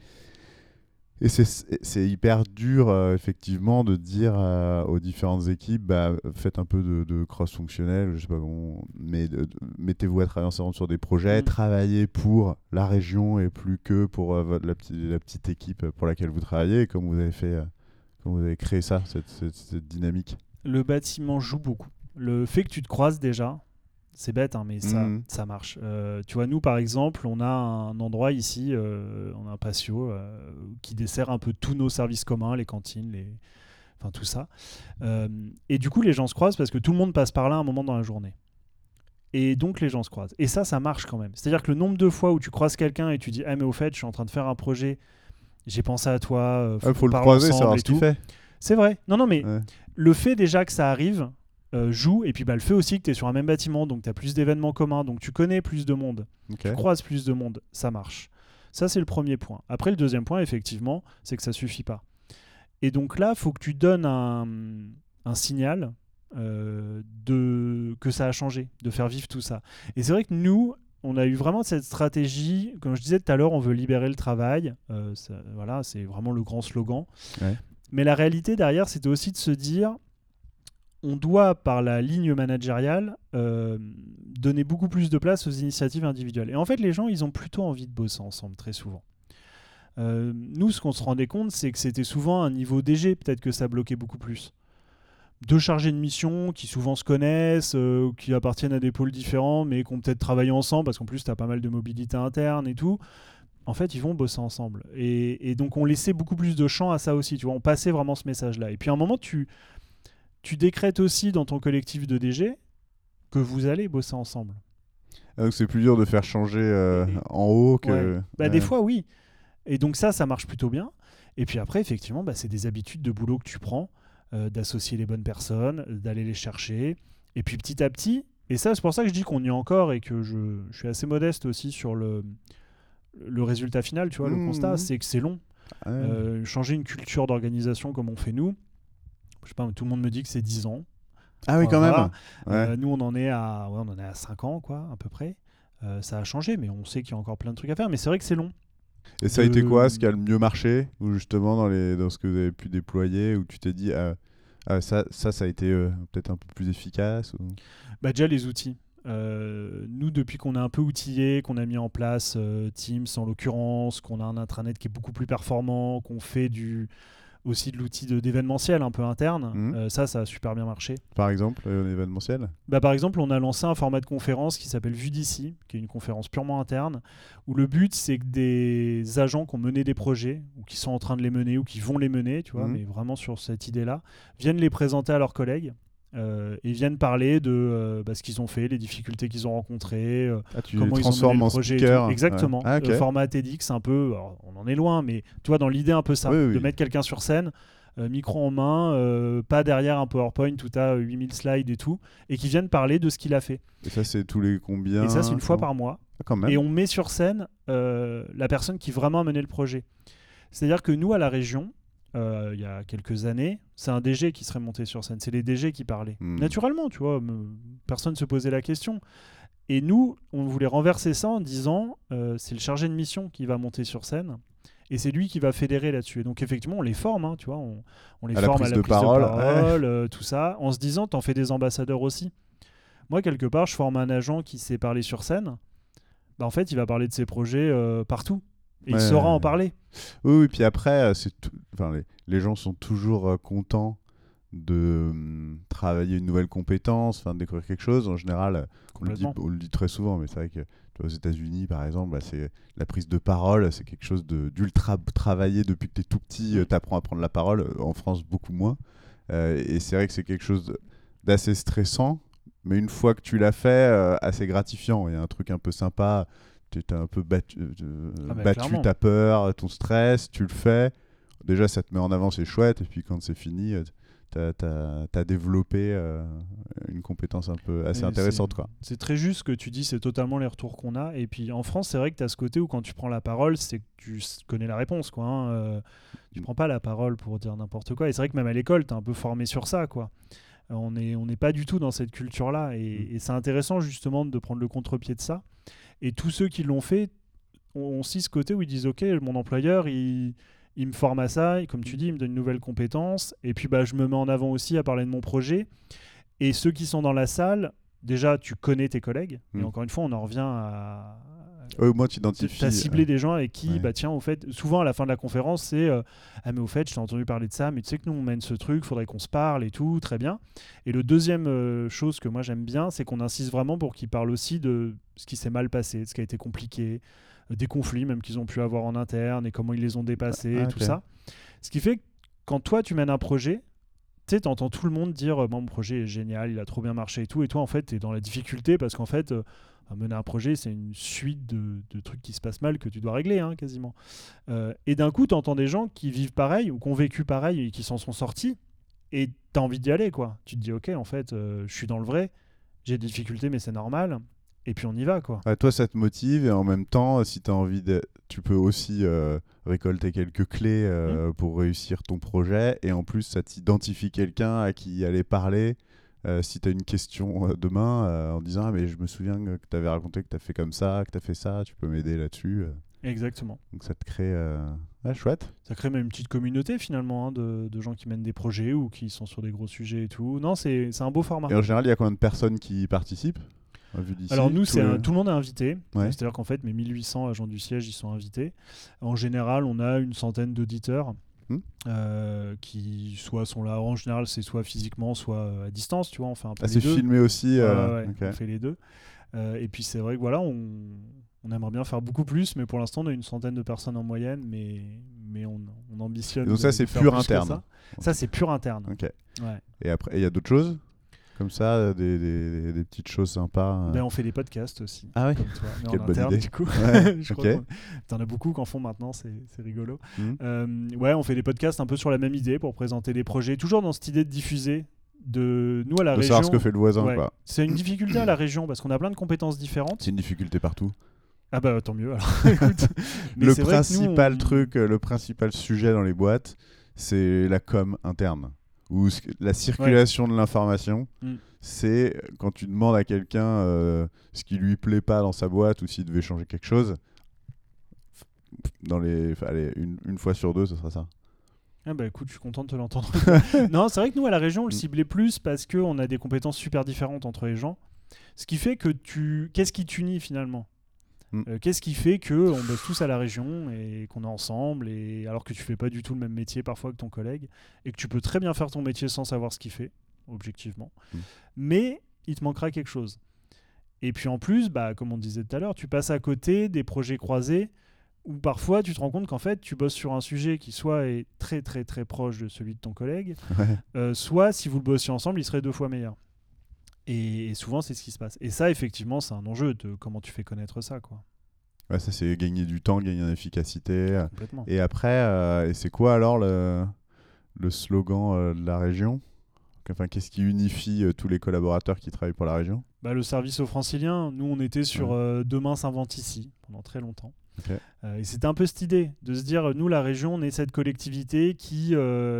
et c'est hyper dur effectivement de dire aux différentes équipes faites un peu de cross-fonctionnel, je sais pas comment, mais mettez-vous à travailler ensemble sur des projets, travaillez pour la région et plus que pour la petite équipe pour laquelle vous travaillez. Et comment vous avez fait, comment vous avez créé ça, cette dynamique? Le bâtiment joue beaucoup. Le fait que tu te croises déjà, c'est bête, hein, mais ça marche. Tu vois, nous, par exemple, on a un endroit ici, on a un patio qui dessert un peu tous nos services communs, les cantines, enfin tout ça. Et du coup, les gens se croisent parce que tout le monde passe par là à un moment dans la journée. Et donc, les gens se croisent. Et ça marche quand même. C'est-à-dire que le nombre de fois où tu croises quelqu'un et tu dis « Ah, mais au fait, je suis en train de faire un projet, j'ai pensé à toi, faut le croiser, savoir ce qu'il fait. » C'est vrai. Non, mais le fait déjà que ça arrive... joue, et puis le fait aussi que tu es sur un même bâtiment, donc tu as plus d'événements communs, donc tu connais plus de monde, tu croises plus de monde, ça marche. Ça, c'est le premier point. Après, le deuxième point, effectivement, c'est que ça suffit pas. Et donc là, il faut que tu donnes un signal que ça a changé, de faire vivre tout ça. Et c'est vrai que nous, on a eu vraiment cette stratégie, comme je disais tout à l'heure, on veut libérer le travail, voilà, c'est vraiment le grand slogan. Mais la réalité derrière, c'était aussi de se dire... On doit, par la ligne managériale, donner beaucoup plus de place aux initiatives individuelles. Et en fait, les gens, ils ont plutôt envie de bosser ensemble, très souvent. Nous, ce qu'on se rendait compte, c'est que c'était souvent un niveau DG, peut-être que ça bloquait beaucoup plus. 2 chargés de mission qui souvent se connaissent, qui appartiennent à des pôles différents, mais qui ont peut-être travaillé ensemble, parce qu'en plus, tu as pas mal de mobilité interne et tout. en fait, ils vont bosser ensemble. Et donc, on laissait beaucoup plus de champ à ça aussi. Tu vois, on passait vraiment ce message-là. Et puis, à un moment, tu décrètes aussi dans ton collectif de DG que vous allez bosser ensemble. Donc, c'est plus dur de faire changer en haut que... Ouais. Des fois, oui. Et donc, ça marche plutôt bien. Et puis après, effectivement, c'est des habitudes de boulot que tu prends, d'associer les bonnes personnes, d'aller les chercher. Et puis, petit à petit... Et ça, c'est pour ça que je dis qu'on y est encore et que je suis assez modeste aussi sur le résultat final, tu vois, le constat, c'est que c'est long. Changer une culture d'organisation comme on fait nous, je sais pas, tout le monde me dit que c'est 10 ans. Ah oui, quand même. Ouais. Nous, on en est à 5 ans, quoi, à peu près. Ça a changé, mais on sait qu'il y a encore plein de trucs à faire. Mais c'est vrai que c'est long. Et ça a été quoi, ce qui a le mieux marché, ou justement dans ce que vous avez pu déployer, où tu t'es dit ça a été peut-être un peu plus efficace ou... Déjà les outils. Nous, depuis qu'on est un peu outillé, qu'on a mis en place Teams en l'occurrence, qu'on a un intranet qui est beaucoup plus performant, qu'on fait aussi de l'outil d'événementiel un peu interne, ça a super bien marché. Par exemple, événementiel par exemple, on a lancé un format de conférence qui s'appelle Vue d'ici, qui est une conférence purement interne, où le but, c'est que des agents qui ont mené des projets, ou qui sont en train de les mener, ou qui vont les mener, tu vois, mais vraiment sur cette idée-là, viennent les présenter à leurs collègues. Et viennent parler de ce qu'ils ont fait, les difficultés qu'ils ont rencontrées, comment ils ont mené le projet. Exactement. Ouais. Okay. Le format TEDx, un peu, alors, on en est loin, mais tu vois, dans l'idée un peu ça, de mettre quelqu'un sur scène, micro en main, pas derrière un PowerPoint où tu as 8000 slides et tout, et qui viennent parler de ce qu'il a fait. Et ça, c'est tous les combien? Et ça, c'est une fois par mois. Quand même. Et on met sur scène la personne qui vraiment a mené le projet. C'est-à-dire que nous, à la région, il y a quelques années, c'est un DG qui serait monté sur scène. C'est les DG qui parlaient. Naturellement, tu vois, personne ne se posait la question. Et nous, on voulait renverser ça en disant c'est le chargé de mission qui va monter sur scène et c'est lui qui va fédérer là-dessus. Et donc, effectivement, on les forme, tu vois, on les forme à la prise de parole, tout ça, en se disant t'en fais des ambassadeurs aussi. Moi, quelque part, je forme un agent qui sait parler sur scène. En fait, il va parler de ses projets partout. Et il saura en parler. Oui, puis après, les gens sont toujours contents de travailler une nouvelle compétence, de découvrir quelque chose. En général, on le dit très souvent, mais c'est vrai que aux États-Unis, par exemple, c'est la prise de parole, c'est quelque chose d'ultra travaillé depuis que tu es tout petit. Tu apprends à prendre la parole. En France, beaucoup moins. Et c'est vrai que c'est quelque chose d'assez stressant, mais une fois que tu l'as fait, assez gratifiant. Il y a un truc un peu sympa. Tu t'es un peu battu ta peur, ton stress, tu le fais. Déjà, ça te met en avant, c'est chouette. Et puis quand c'est fini, t'as développé une compétence un peu assez intéressante. C'est très juste ce que tu dis, c'est totalement les retours qu'on a. Et puis en France, c'est vrai que tu as ce côté où quand tu prends la parole, c'est que tu connais la réponse. Tu prends pas la parole pour dire n'importe quoi. Et c'est vrai que même à l'école, tu es un peu formé sur ça. On n'est pas du tout dans cette culture-là. Et c'est intéressant justement de prendre le contre-pied de ça. Et tous ceux qui l'ont fait ont aussi ce côté où ils disent ok, mon employeur il me forme à ça, et comme tu dis, il me donne une nouvelle compétence, et puis je me mets en avant aussi à parler de mon projet. Et ceux qui sont dans la salle, déjà tu connais tes collègues, et encore une fois on en revient à moi tu identifies, t'as ciblé des gens avec qui tiens, au fait, souvent à la fin de la conférence c'est mais au fait je t'ai entendu parler de ça, mais tu sais que nous on mène ce truc, faudrait qu'on se parle et tout, très bien. Et le deuxième chose que moi j'aime bien, c'est qu'on insiste vraiment pour qu'ils parlent aussi de ce qui s'est mal passé, de ce qui a été compliqué, des conflits même qu'ils ont pu avoir en interne et comment ils les ont dépassés, tout ça. Ce qui fait que quand toi tu mènes un projet, tu entends tout le monde dire mon projet est génial, il a trop bien marché et tout, et toi en fait tu es dans la difficulté parce qu'en fait mener un projet c'est une suite de trucs qui se passent mal que tu dois régler quasiment. Et d'un coup tu entends des gens qui vivent pareil ou qui ont vécu pareil et qui s'en sont sortis, et tu as envie d'y aller. Tu te dis ok, en fait je suis dans le vrai, j'ai des difficultés mais c'est normal. Et puis on y va, toi, ça te motive, et en même temps, si tu as envie tu peux aussi récolter quelques clés pour réussir ton projet. Et en plus, ça t'identifie quelqu'un à qui aller parler. Si tu as une question demain en disant mais je me souviens que tu avais raconté que tu as fait comme ça, que tu as fait ça, tu peux m'aider là-dessus. Exactement. Donc ça te crée... chouette. Ça crée même une petite communauté finalement de gens qui mènent des projets ou qui sont sur des gros sujets et tout. Non, c'est un beau format. Et en général, il y a combien de personnes qui participent ? Alors nous, tout le monde est invité. C'est-à-dire qu'en fait, mes 1800 agents du siège, ils sont invités. En général, on a une centaine d'auditeurs qui soit sont là. En général, c'est soit physiquement, soit à distance. Tu vois, on fait un peu les deux. C'est filmé aussi. On fait les deux. Et puis c'est vrai que on On aimerait bien faire beaucoup plus, mais pour l'instant, on a une centaine de personnes en moyenne, mais on ambitionne. Donc ça, c'est faire pur plus que interne. Ça, c'est pur interne. Ok. Ouais. Et après, il y a d'autres choses comme ça, des petites choses sympas. Ben, on fait des podcasts aussi. Ah oui. Comme toi, mais Quelle en bonne interne, idée. du coup. Ouais, Je ok. crois t'en as beaucoup qui en font maintenant, c'est rigolo. Mhm. Ouais, on fait des podcasts un peu sur la même idée pour présenter des projets, toujours dans cette idée de diffuser. De nous à la De région. savoir ce que fait le voisin, Ouais. quoi. C'est une difficulté à la région parce qu'on a plein de compétences différentes. C'est une difficulté partout. Ah bah tant mieux alors. Écoute, mais Le c'est vrai que nous, le principal sujet dans les boîtes, c'est la com interne. Ou la circulation de l'information. C'est quand tu demandes à quelqu'un ce qui lui plaît pas dans sa boîte ou s'il devait changer quelque chose, une fois sur deux, ce sera ça. Ah bah écoute, je suis content de te l'entendre. Non, c'est vrai que nous à la région, on le ciblait plus parce qu'on a des compétences super différentes entre les gens. Ce qui fait que qu'est-ce qui t'unit finalement qu'est-ce qui fait qu'on bosse tous à la région et qu'on est ensemble, et alors que tu fais pas du tout le même métier parfois que ton collègue, et que tu peux très bien faire ton métier sans savoir ce qu'il fait, objectivement. Mais il te manquera quelque chose. Et puis en plus, bah, comme on disait tout à l'heure, tu passes à côté des projets croisés où parfois tu te rends compte qu'en fait tu bosses sur un sujet qui soit est très très très proche de celui de ton collègue, soit si vous le bossiez ensemble, il serait 2 fois meilleur. Et souvent c'est ce qui se passe. Et ça effectivement c'est un enjeu de comment tu fais connaître ça, quoi. Ouais, ça c'est gagner du temps, gagner en efficacité. Complètement. Et après, et c'est quoi alors le slogan de la région ? Enfin, qu'est-ce qui unifie tous les collaborateurs qui travaillent pour la région ? Bah, le service aux Franciliens. Nous on était sur Demain s'invente ici pendant très longtemps. Okay. Et c'était un peu cette idée de se dire, nous la région, on est cette collectivité qui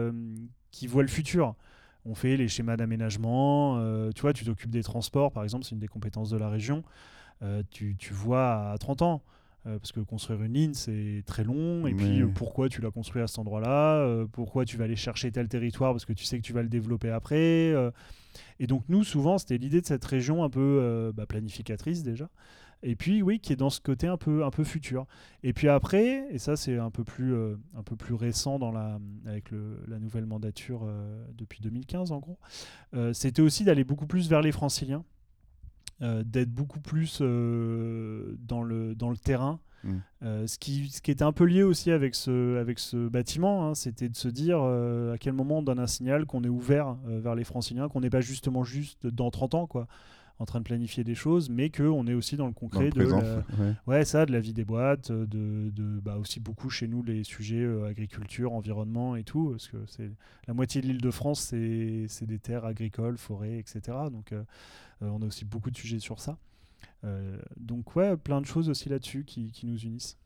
voit le futur. On fait les schémas d'aménagement, tu vois, tu t'occupes des transports par exemple, c'est une des compétences de la région. Tu vois à 30 ans, parce que construire une ligne c'est très long, et puis pourquoi tu l'as construit à cet endroit-là, pourquoi tu vas aller chercher tel territoire parce que tu sais que tu vas le développer après. Et donc nous souvent c'était l'idée de cette région un peu planificatrice déjà. Et puis oui, qui est dans ce côté un peu futur. Et puis après, et ça c'est un peu plus récent avec la nouvelle mandature depuis 2015 en gros, c'était aussi d'aller beaucoup plus vers les Franciliens, d'être beaucoup plus dans le terrain. Ce qui était un peu lié aussi avec ce bâtiment, hein, c'était de se dire à quel moment on donne un signal qu'on est ouvert vers les Franciliens, qu'on n'est pas juste dans 30 ans, quoi, en train de planifier des choses, mais qu'on est aussi dans le concret de la vie des boîtes, aussi beaucoup chez nous les sujets agriculture, environnement et tout, parce que c'est la moitié de l'Île-de-France, c'est des terres agricoles, forêts, etc. Donc on a aussi beaucoup de sujets sur ça. Donc ouais, plein de choses aussi là-dessus qui nous unissent.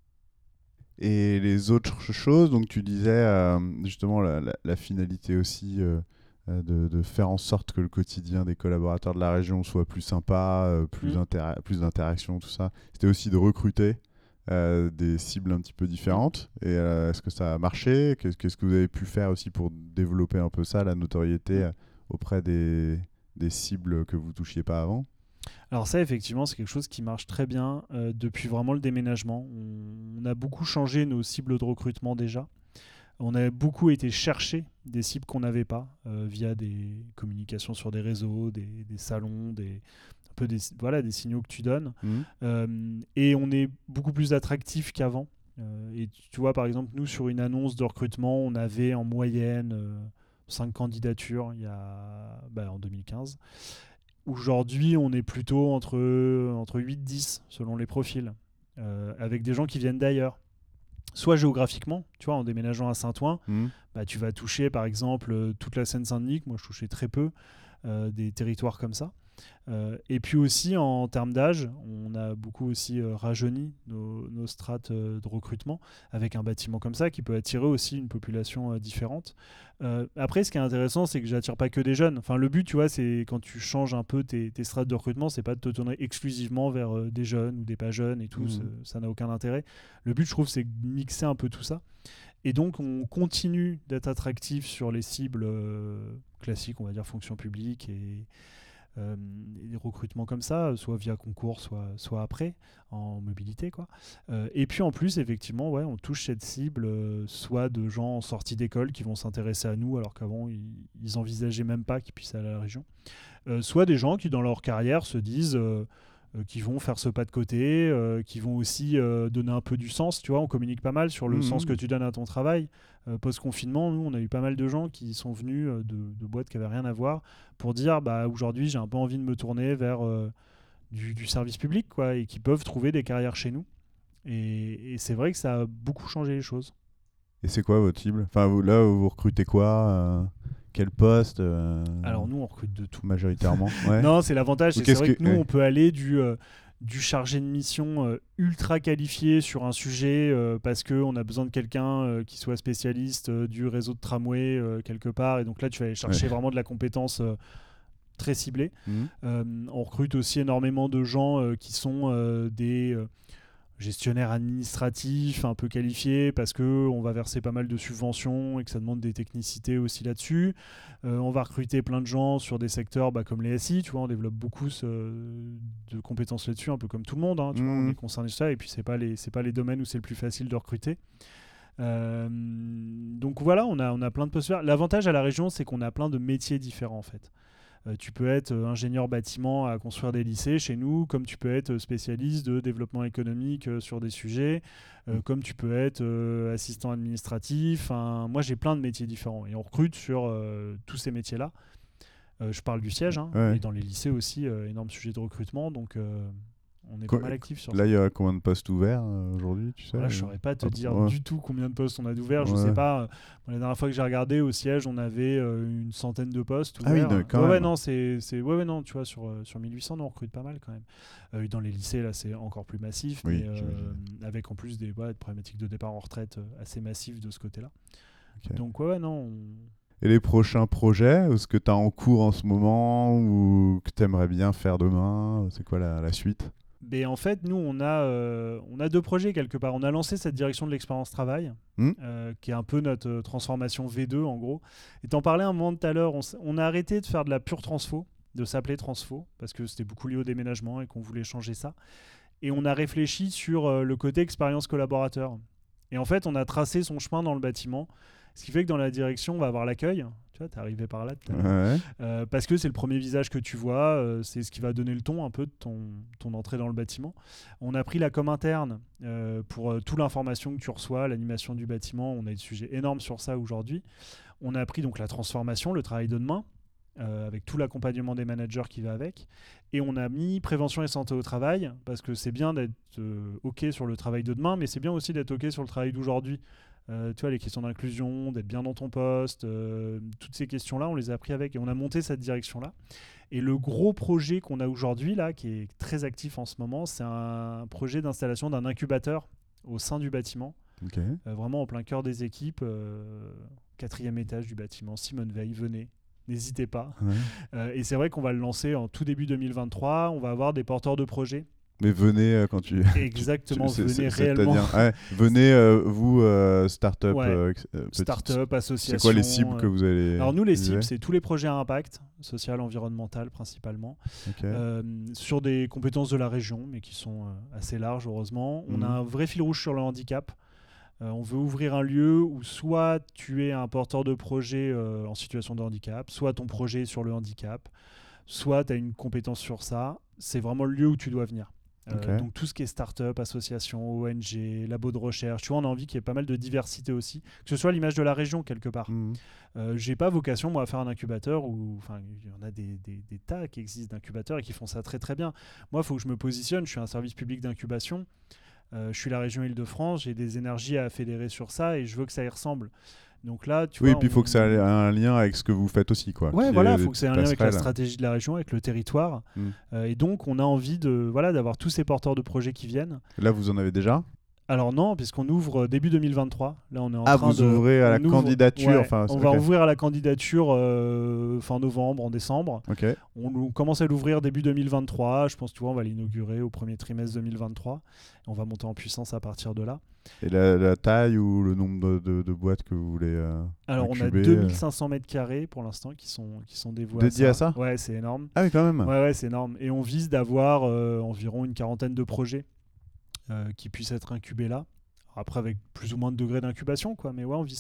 Et les autres choses, donc tu disais justement la finalité aussi de faire en sorte que le quotidien des collaborateurs de la région soit plus sympa, plus d'interaction, tout ça. C'était aussi de recruter des cibles un petit peu différentes. Et est-ce que ça a marché ? Qu'est-ce que vous avez pu faire aussi pour développer un peu ça, la notoriété auprès des cibles que vous ne touchiez pas avant ? Alors ça, effectivement, c'est quelque chose qui marche très bien depuis vraiment le déménagement. On a beaucoup changé nos cibles de recrutement déjà. On a beaucoup été chercher des cibles qu'on n'avait pas via des communications sur des réseaux, des salons, des signaux que tu donnes. Et on est beaucoup plus attractif qu'avant. Et tu vois, par exemple, nous, sur une annonce de recrutement, on avait en moyenne 5 candidatures en 2015. Aujourd'hui, on est plutôt entre 8-10 selon les profils, avec des gens qui viennent d'ailleurs. Soit géographiquement, tu vois, en déménageant à Saint-Ouen, tu vas toucher par exemple toute la Seine-Saint-Denis, moi je touchais très peu des territoires comme ça. Et puis aussi en termes d'âge, on a beaucoup aussi rajeuni nos strates de recrutement avec un bâtiment comme ça qui peut attirer aussi une population différente. Après, ce qui est intéressant, c'est que j'attire pas que des jeunes. Enfin, le but, tu vois, c'est quand tu changes un peu tes strates de recrutement, c'est pas de te tourner exclusivement vers des jeunes ou des pas jeunes et tout. Ça n'a aucun intérêt. Le but, je trouve, c'est de mixer un peu tout ça. Et donc, on continue d'être attractif sur les cibles classiques, on va dire fonction publique et des recrutements comme ça, soit via concours, soit après, en mobilité, quoi. Et puis en plus, effectivement, on touche cette cible, soit de gens en sortie d'école qui vont s'intéresser à nous, alors qu'avant, ils envisageaient même pas qu'ils puissent aller à la région. Soit des gens qui, dans leur carrière, se disent qui vont faire ce pas de côté, qui vont aussi donner un peu du sens. Tu vois, on communique pas mal sur le sens que tu donnes à ton travail. Post-confinement, nous, on a eu pas mal de gens qui sont venus de boîtes qui n'avaient rien à voir pour dire aujourd'hui, j'ai un peu envie de me tourner vers du service public, quoi, et qui peuvent trouver des carrières chez nous. Et c'est vrai que ça a beaucoup changé les choses. Et c'est quoi votre cible ? Enfin, vous recrutez quoi quel poste Alors nous, on recrute de tout. Majoritairement. Ouais. Non, c'est l'avantage. C'est vrai que nous, ouais. on peut aller du chargé de mission ultra qualifié sur un sujet parce qu'on a besoin de quelqu'un qui soit spécialiste du réseau de tramway quelque part. Et donc là, tu vas aller chercher vraiment de la compétence très ciblée. On recrute aussi énormément de gens qui sont des gestionnaires administratifs un peu qualifiés parce qu'on va verser pas mal de subventions et que ça demande des technicités aussi là-dessus. On va recruter plein de gens sur des secteurs comme les SI, tu vois, on développe beaucoup de compétences là-dessus, un peu comme tout le monde, hein, tu vois, on est concerné sur ça, et puis c'est pas les domaines où c'est le plus facile de recruter. Donc voilà, on a plein de postes. L'avantage à la région, c'est qu'on a plein de métiers différents en fait. Tu peux être ingénieur bâtiment à construire des lycées chez nous, comme tu peux être spécialiste de développement économique sur des sujets, comme tu peux être assistant administratif. Moi, j'ai plein de métiers différents et on recrute sur tous ces métiers-là. Je parle du siège, et dans les lycées aussi, énorme sujet de recrutement, donc on est pas mal actifs sur ça. Là, il y a combien de postes ouverts aujourd'hui, tu sais ? Là, je ne saurais pas te dire du tout combien de postes on a d'ouverts. Je ne sais pas. La dernière fois que j'ai regardé au siège, on avait une centaine de postes ouverts. Ah oui, quand même. Non, non, tu vois, sur 1800, on recrute pas mal quand même. Dans les lycées, là, c'est encore plus massif, mais avec en plus des problématiques de départ en retraite assez massives de ce côté-là. Okay. Donc, non. Et les prochains projets, ce que tu as en cours en ce moment ou que tu aimerais bien faire demain, c'est quoi la suite ? En fait, nous, on a deux projets quelque part. On a lancé cette direction de l'expérience travail, qui est un peu notre transformation V2 en gros. Et t'en parlais un moment tout à l'heure, on a arrêté de faire de la pure transfo, de s'appeler transfo, parce que c'était beaucoup lié au déménagement et qu'on voulait changer ça. Et on a réfléchi sur le côté expérience collaborateur. Et en fait, on a tracé son chemin dans le bâtiment, ce qui fait que dans la direction, on va avoir l'accueil. Tu vois, t'es arrivé par là. Parce que c'est le premier visage que tu vois, c'est ce qui va donner le ton un peu de ton entrée dans le bâtiment. On a pris la com interne pour toute l'information que tu reçois, l'animation du bâtiment. On a des sujets énormes sur ça aujourd'hui. On a pris donc la transformation, le travail de demain, avec tout l'accompagnement des managers qui va avec. Et on a mis prévention et santé au travail, parce que c'est bien d'être OK sur le travail de demain, mais c'est bien aussi d'être OK sur le travail d'aujourd'hui. Tu vois, les questions d'inclusion, d'être bien dans ton poste, toutes ces questions-là, on les a pris avec et on a monté cette direction-là. Et le gros projet qu'on a aujourd'hui, là, qui est très actif en ce moment, c'est un projet d'installation d'un incubateur au sein du bâtiment. Okay. Vraiment en plein cœur des équipes, 4e étage du bâtiment. Simone Veil, venez, n'hésitez pas. Et c'est vrai qu'on va le lancer en tout début 2023. On va avoir des porteurs de projets. Mais venez quand tu... Exactement, venez réellement. Venez, vous, start-up, start-up, association. C'est quoi les cibles que vous allez... Alors nous, les cibles, c'est tous les projets à impact, social, environnemental principalement, sur des compétences de la région, mais qui sont assez larges, heureusement. On a un vrai fil rouge sur le handicap. On veut ouvrir un lieu où soit tu es un porteur de projet en situation de handicap, soit ton projet est sur le handicap, soit tu as une compétence sur ça. C'est vraiment le lieu où tu dois venir. Donc tout ce qui est start-up, association, ONG, labo de recherche, tu vois, on a envie qu'il y ait pas mal de diversité aussi, que ce soit l'image de la région quelque part. J'ai pas vocation moi à faire un incubateur où, il y en a des tas qui existent d'incubateurs et qui font ça très très bien. Moi, il faut que je me positionne, je suis un service public d'incubation, je suis la région Île-de-France, j'ai des énergies à fédérer sur ça et je veux que ça y ressemble. Donc là, tu vois, et puis il faut que ça ait un lien avec ce que vous faites aussi, quoi. Ouais, voilà, il faut que ça ait un lien avec la stratégie de la région, avec le territoire. Et donc, on a envie d'avoir tous ces porteurs de projets qui viennent. Là, vous en avez déjà ? Alors non, puisqu'on ouvre début 2023. Là, on est en train vous ouvrez à la candidature. On va ouvrir à la candidature fin novembre, en décembre. On commence à l'ouvrir début 2023. Je pense, tu vois, on va l'inaugurer au premier trimestre 2023. On va monter en puissance à partir de là. Et la taille ou le nombre de boîtes que vous voulez Alors, incuber, on a 2500 mètres carrés pour l'instant qui sont dévoués dédiés à ça. Ouais, c'est énorme. Ah oui, quand même. Ouais, c'est énorme. Et on vise d'avoir environ une quarantaine de projets qui puissent être incubés là. Après, avec plus ou moins de degrés d'incubation, quoi. Mais ouais, on vise ça.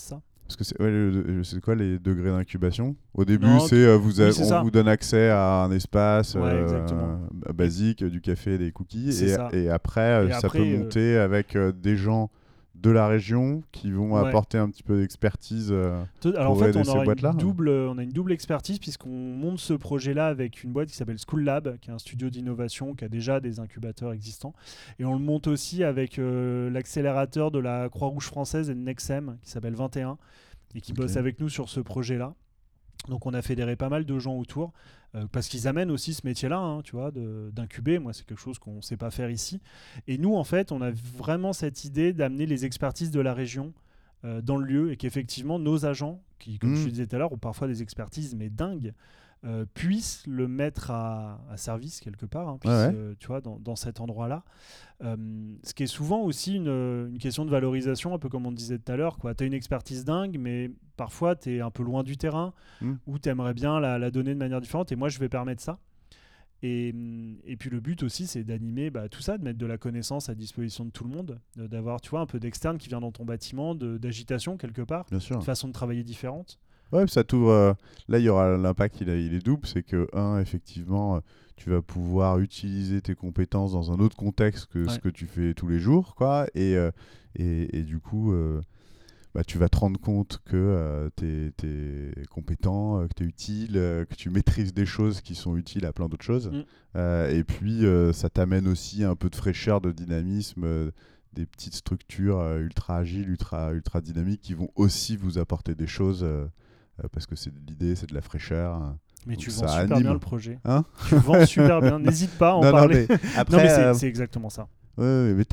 Parce que c'est quoi les degrés d'incubation? Au début, Non, c'est on ça. vous donne accès à un espace Exactement. basique, du café, des cookies. C'est Et après, ça peut monter avec des gens de la région qui vont apporter un petit peu d'expertise alors pour en fait, aider ces boîtes-là. on a une double expertise puisqu'on monte ce projet-là avec une boîte qui s'appelle School Lab, qui est un studio d'innovation qui a déjà des incubateurs existants. Et on le monte aussi avec l'accélérateur de la Croix-Rouge française et de Nexem qui s'appelle 21 et qui bosse avec nous sur ce projet-là. Donc on a fédéré pas mal de gens autour parce qu'ils amènent aussi ce métier-là, hein, tu vois, d'incuber. Moi, c'est quelque chose qu'on ne sait pas faire ici. Et nous, en fait, on a vraiment cette idée d'amener les expertises de la région dans le lieu et qu'effectivement, nos agents, qui, comme je te disais tout à l'heure, ont parfois des expertises, mais dingues, puissent le mettre à service quelque part, hein, tu vois, dans cet endroit-là. Ce qui est souvent aussi une question de valorisation, un peu comme on disait tout à l'heure. Tu as une expertise dingue, mais parfois tu es un peu loin du terrain ou tu aimerais bien la donner de manière différente. Et moi, je vais permettre ça. Et puis le but aussi, c'est d'animer tout ça, de mettre de la connaissance à disposition de tout le monde, d'avoir un peu d'externe qui vient dans ton bâtiment, d'agitation quelque part, de façon de travailler différente. Ouais, ça t'ouvre. Là, il y aura l'impact, il est double. C'est que, effectivement, tu vas pouvoir utiliser tes compétences dans un autre contexte que ce que tu fais tous les jours, quoi. Et du coup, tu vas te rendre compte que tu es compétent, que tu es utile, que tu maîtrises des choses qui sont utiles à plein d'autres choses. Et puis, ça t'amène aussi un peu de fraîcheur, de dynamisme. Des petites structures ultra agiles, ultra dynamiques qui vont aussi vous apporter des choses. Parce que l'idée, c'est de la fraîcheur. Mais tu vends super bien le projet. Hein, tu vends super bien. N'hésite pas à en parler. Mais après, c'est exactement ça. Oui, mais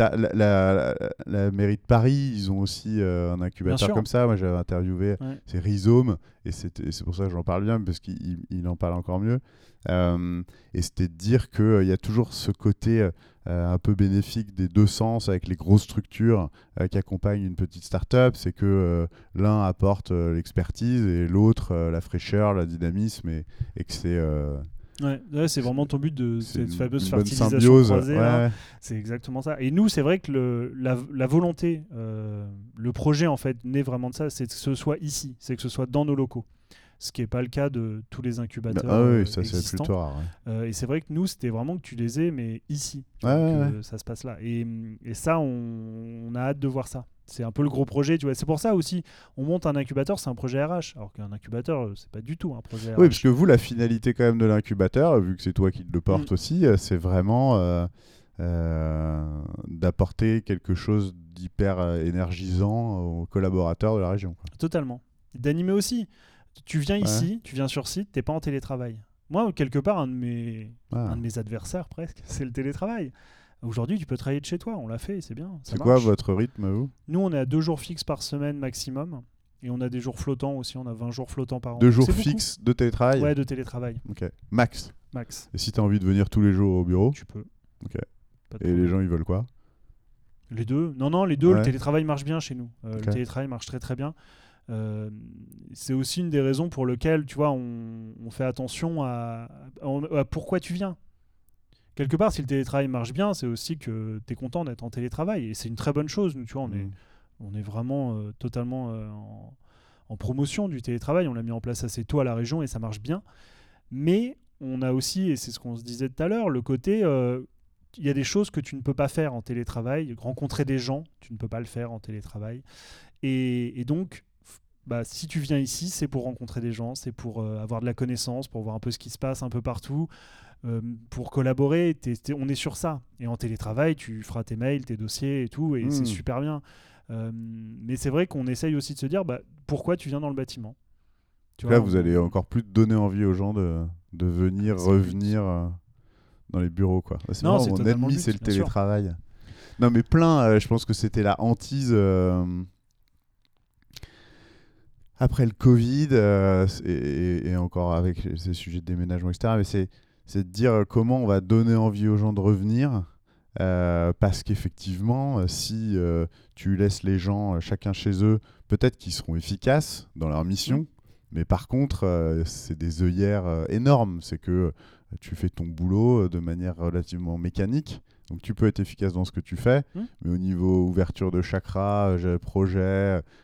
la mairie de Paris, ils ont aussi un incubateur comme ça. Moi, j'avais interviewé, c'est Rhizome, et c'est pour ça que j'en parle bien, parce qu'il en parle encore mieux. Et c'était de dire qu'il y a toujours ce côté un peu bénéfique des deux sens avec les grosses structures qui accompagnent une petite start-up. C'est que l'un apporte l'expertise et l'autre la fraîcheur, le dynamisme, et que c'est... c'est vraiment ton but de cette fameuse fertilisation croisée. C'est exactement ça. Et nous, c'est vrai que la volonté, le projet en fait naît vraiment de ça, c'est que ce soit ici, c'est que ce soit dans nos locaux. Ce qui n'est pas le cas de tous les incubateurs ça existants. C'est plutôt rare. Et c'est vrai que nous, c'était vraiment que tu les aies, mais ici, que ça se passe là. Et ça, on a hâte de voir ça. C'est un peu le gros projet, tu vois. C'est pour ça aussi, on monte un incubateur, c'est un projet RH. Alors qu'un incubateur, c'est pas du tout un projet RH. Oui, parce que vous, la finalité quand même de l'incubateur, vu que c'est toi qui le porte aussi, c'est vraiment d'apporter quelque chose d'hyper énergisant aux collaborateurs de la région, quoi. Totalement. D'animer aussi. Tu viens ici, tu viens sur site, t'es pas en télétravail. Moi, quelque part, un de mes adversaires presque, c'est le télétravail. Aujourd'hui, tu peux travailler de chez toi, on l'a fait, c'est bien. C'est quoi votre rythme, vous ? Nous, on est à 2 jours fixes par semaine maximum. Et on a des jours flottants aussi, on a 20 jours flottants par an. 2 jours fixes de télétravail ? Ouais, de télétravail. Ok. Max. Max. Et si tu as envie de venir tous les jours au bureau ? Tu peux. Ok. Et les gens, ils veulent quoi ? Les deux. Non, les deux. Le télétravail marche bien chez nous. Le télétravail marche très très bien. C'est aussi une des raisons pour lesquelles, tu vois, on fait attention à pourquoi tu viens. Quelque part, si le télétravail marche bien, c'est aussi que tu es content d'être en télétravail. Et c'est une très bonne chose. Nous, tu vois, on est vraiment totalement en promotion du télétravail. On l'a mis en place assez tôt à la région et ça marche bien. Mais on a aussi, et c'est ce qu'on se disait tout à l'heure, le côté... il y a des choses que tu ne peux pas faire en télétravail. Rencontrer des gens, tu ne peux pas le faire en télétravail. Et donc... si tu viens ici, c'est pour rencontrer des gens, c'est pour avoir de la connaissance, pour voir un peu ce qui se passe un peu partout, pour collaborer. On est sur ça. Et en télétravail, tu feras tes mails, tes dossiers et tout, et c'est super bien. Mais c'est vrai qu'on essaye aussi de se dire pourquoi tu viens dans le bâtiment. Là, vous allez encore plus donner envie aux gens de venir, revenir dans les bureaux, quoi. C'est non, mon ennemi, c'est le télétravail. Sûr. Non, mais plein, je pense que c'était la hantise... Après le Covid, et encore avec ces sujets de déménagement, etc., mais c'est de dire comment on va donner envie aux gens de revenir, parce qu'effectivement, si tu laisses les gens chacun chez eux, peut-être qu'ils seront efficaces dans leur mission, mais par contre, c'est des œillères énormes. C'est que tu fais ton boulot de manière relativement mécanique. Donc tu peux être efficace dans ce que tu fais, mais au niveau ouverture de chakra, projet,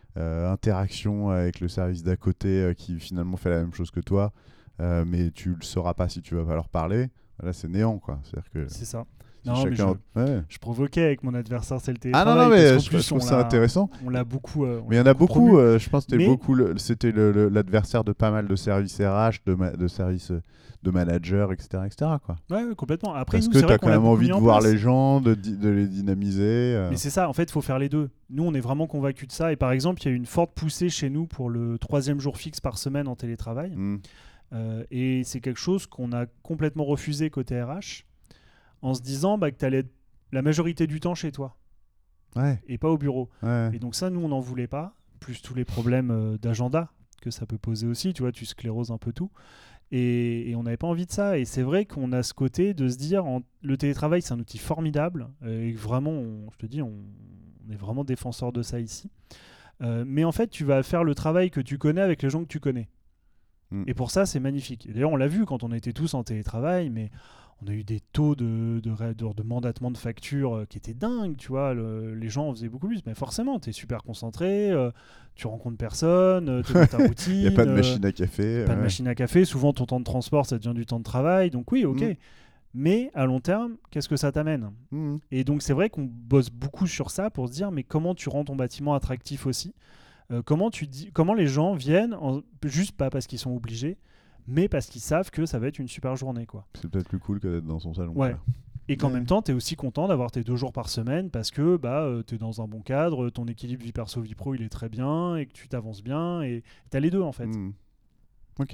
interaction avec le service d'à côté qui finalement fait la même chose que toi, mais tu le sauras pas si tu vas pas leur parler. Là, c'est néant, quoi. C'est-à-dire que C'est ça. si Non, chacun... je provoquais avec mon adversaire, c'est le Ah télétravail. non, mais parce qu'en je trouve on ça intéressant. On l'a beaucoup. Mais il y en a beaucoup, je pense que Mais- c'était l'adversaire de pas mal de services RH, de services de managers, etc. quoi. Ouais, complètement. Après, Parce nous, que c'est tu vrai as qu'on quand l'a même beaucoup envie mis de en voir place. les gens, de les dynamiser. Mais c'est ça, en fait, il faut faire les deux. Nous, on est vraiment convaincus de ça. Et par exemple, il y a eu une forte poussée chez nous pour le 3e jour fixe par semaine en télétravail. Et c'est quelque chose qu'on a complètement refusé côté RH, en se disant que tu allais être la majorité du temps chez toi Ouais. et pas au bureau. Ouais. Et donc ça, nous, on n'en voulait pas, plus tous les problèmes d'agenda que ça peut poser aussi, tu vois, tu scléroses un peu tout. Et on n'avait pas envie de ça. Et c'est vrai qu'on a ce côté de se dire, le télétravail, c'est un outil formidable. Et vraiment, je te dis, on est vraiment défenseur de ça ici. Mais en fait, tu vas faire le travail que tu connais avec les gens que tu connais. Et pour ça, c'est magnifique. Et d'ailleurs, on l'a vu quand on était tous en télétravail, mais on a eu des taux de mandatement de factures qui étaient dingues, tu vois. Les gens en faisaient beaucoup plus. Mais forcément, tu es super concentré, tu rencontres personne, tu es dans ta routine. Il n'y a pas de machine à café. Pas de machine à café. Souvent, ton temps de transport, ça devient du temps de travail. Donc oui, ok. Mais à long terme, qu'est-ce que ça t'amène ? Et donc, c'est vrai qu'on bosse beaucoup sur ça pour se dire, mais comment tu rends ton bâtiment attractif aussi ? Comment les gens viennent, juste pas parce qu'ils sont obligés, mais parce qu'ils savent que ça va être une super journée, quoi. C'est peut-être plus cool que d'être dans son salon. Ouais. Quoi. Et qu'en même temps, tu es aussi content d'avoir tes 2 jours par semaine parce que tu es dans un bon cadre, ton équilibre vie perso, vie pro, il est très bien et que tu t'avances bien et tu as les deux en fait. Ok.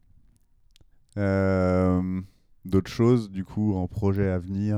D'autres choses, du coup, en projet à venir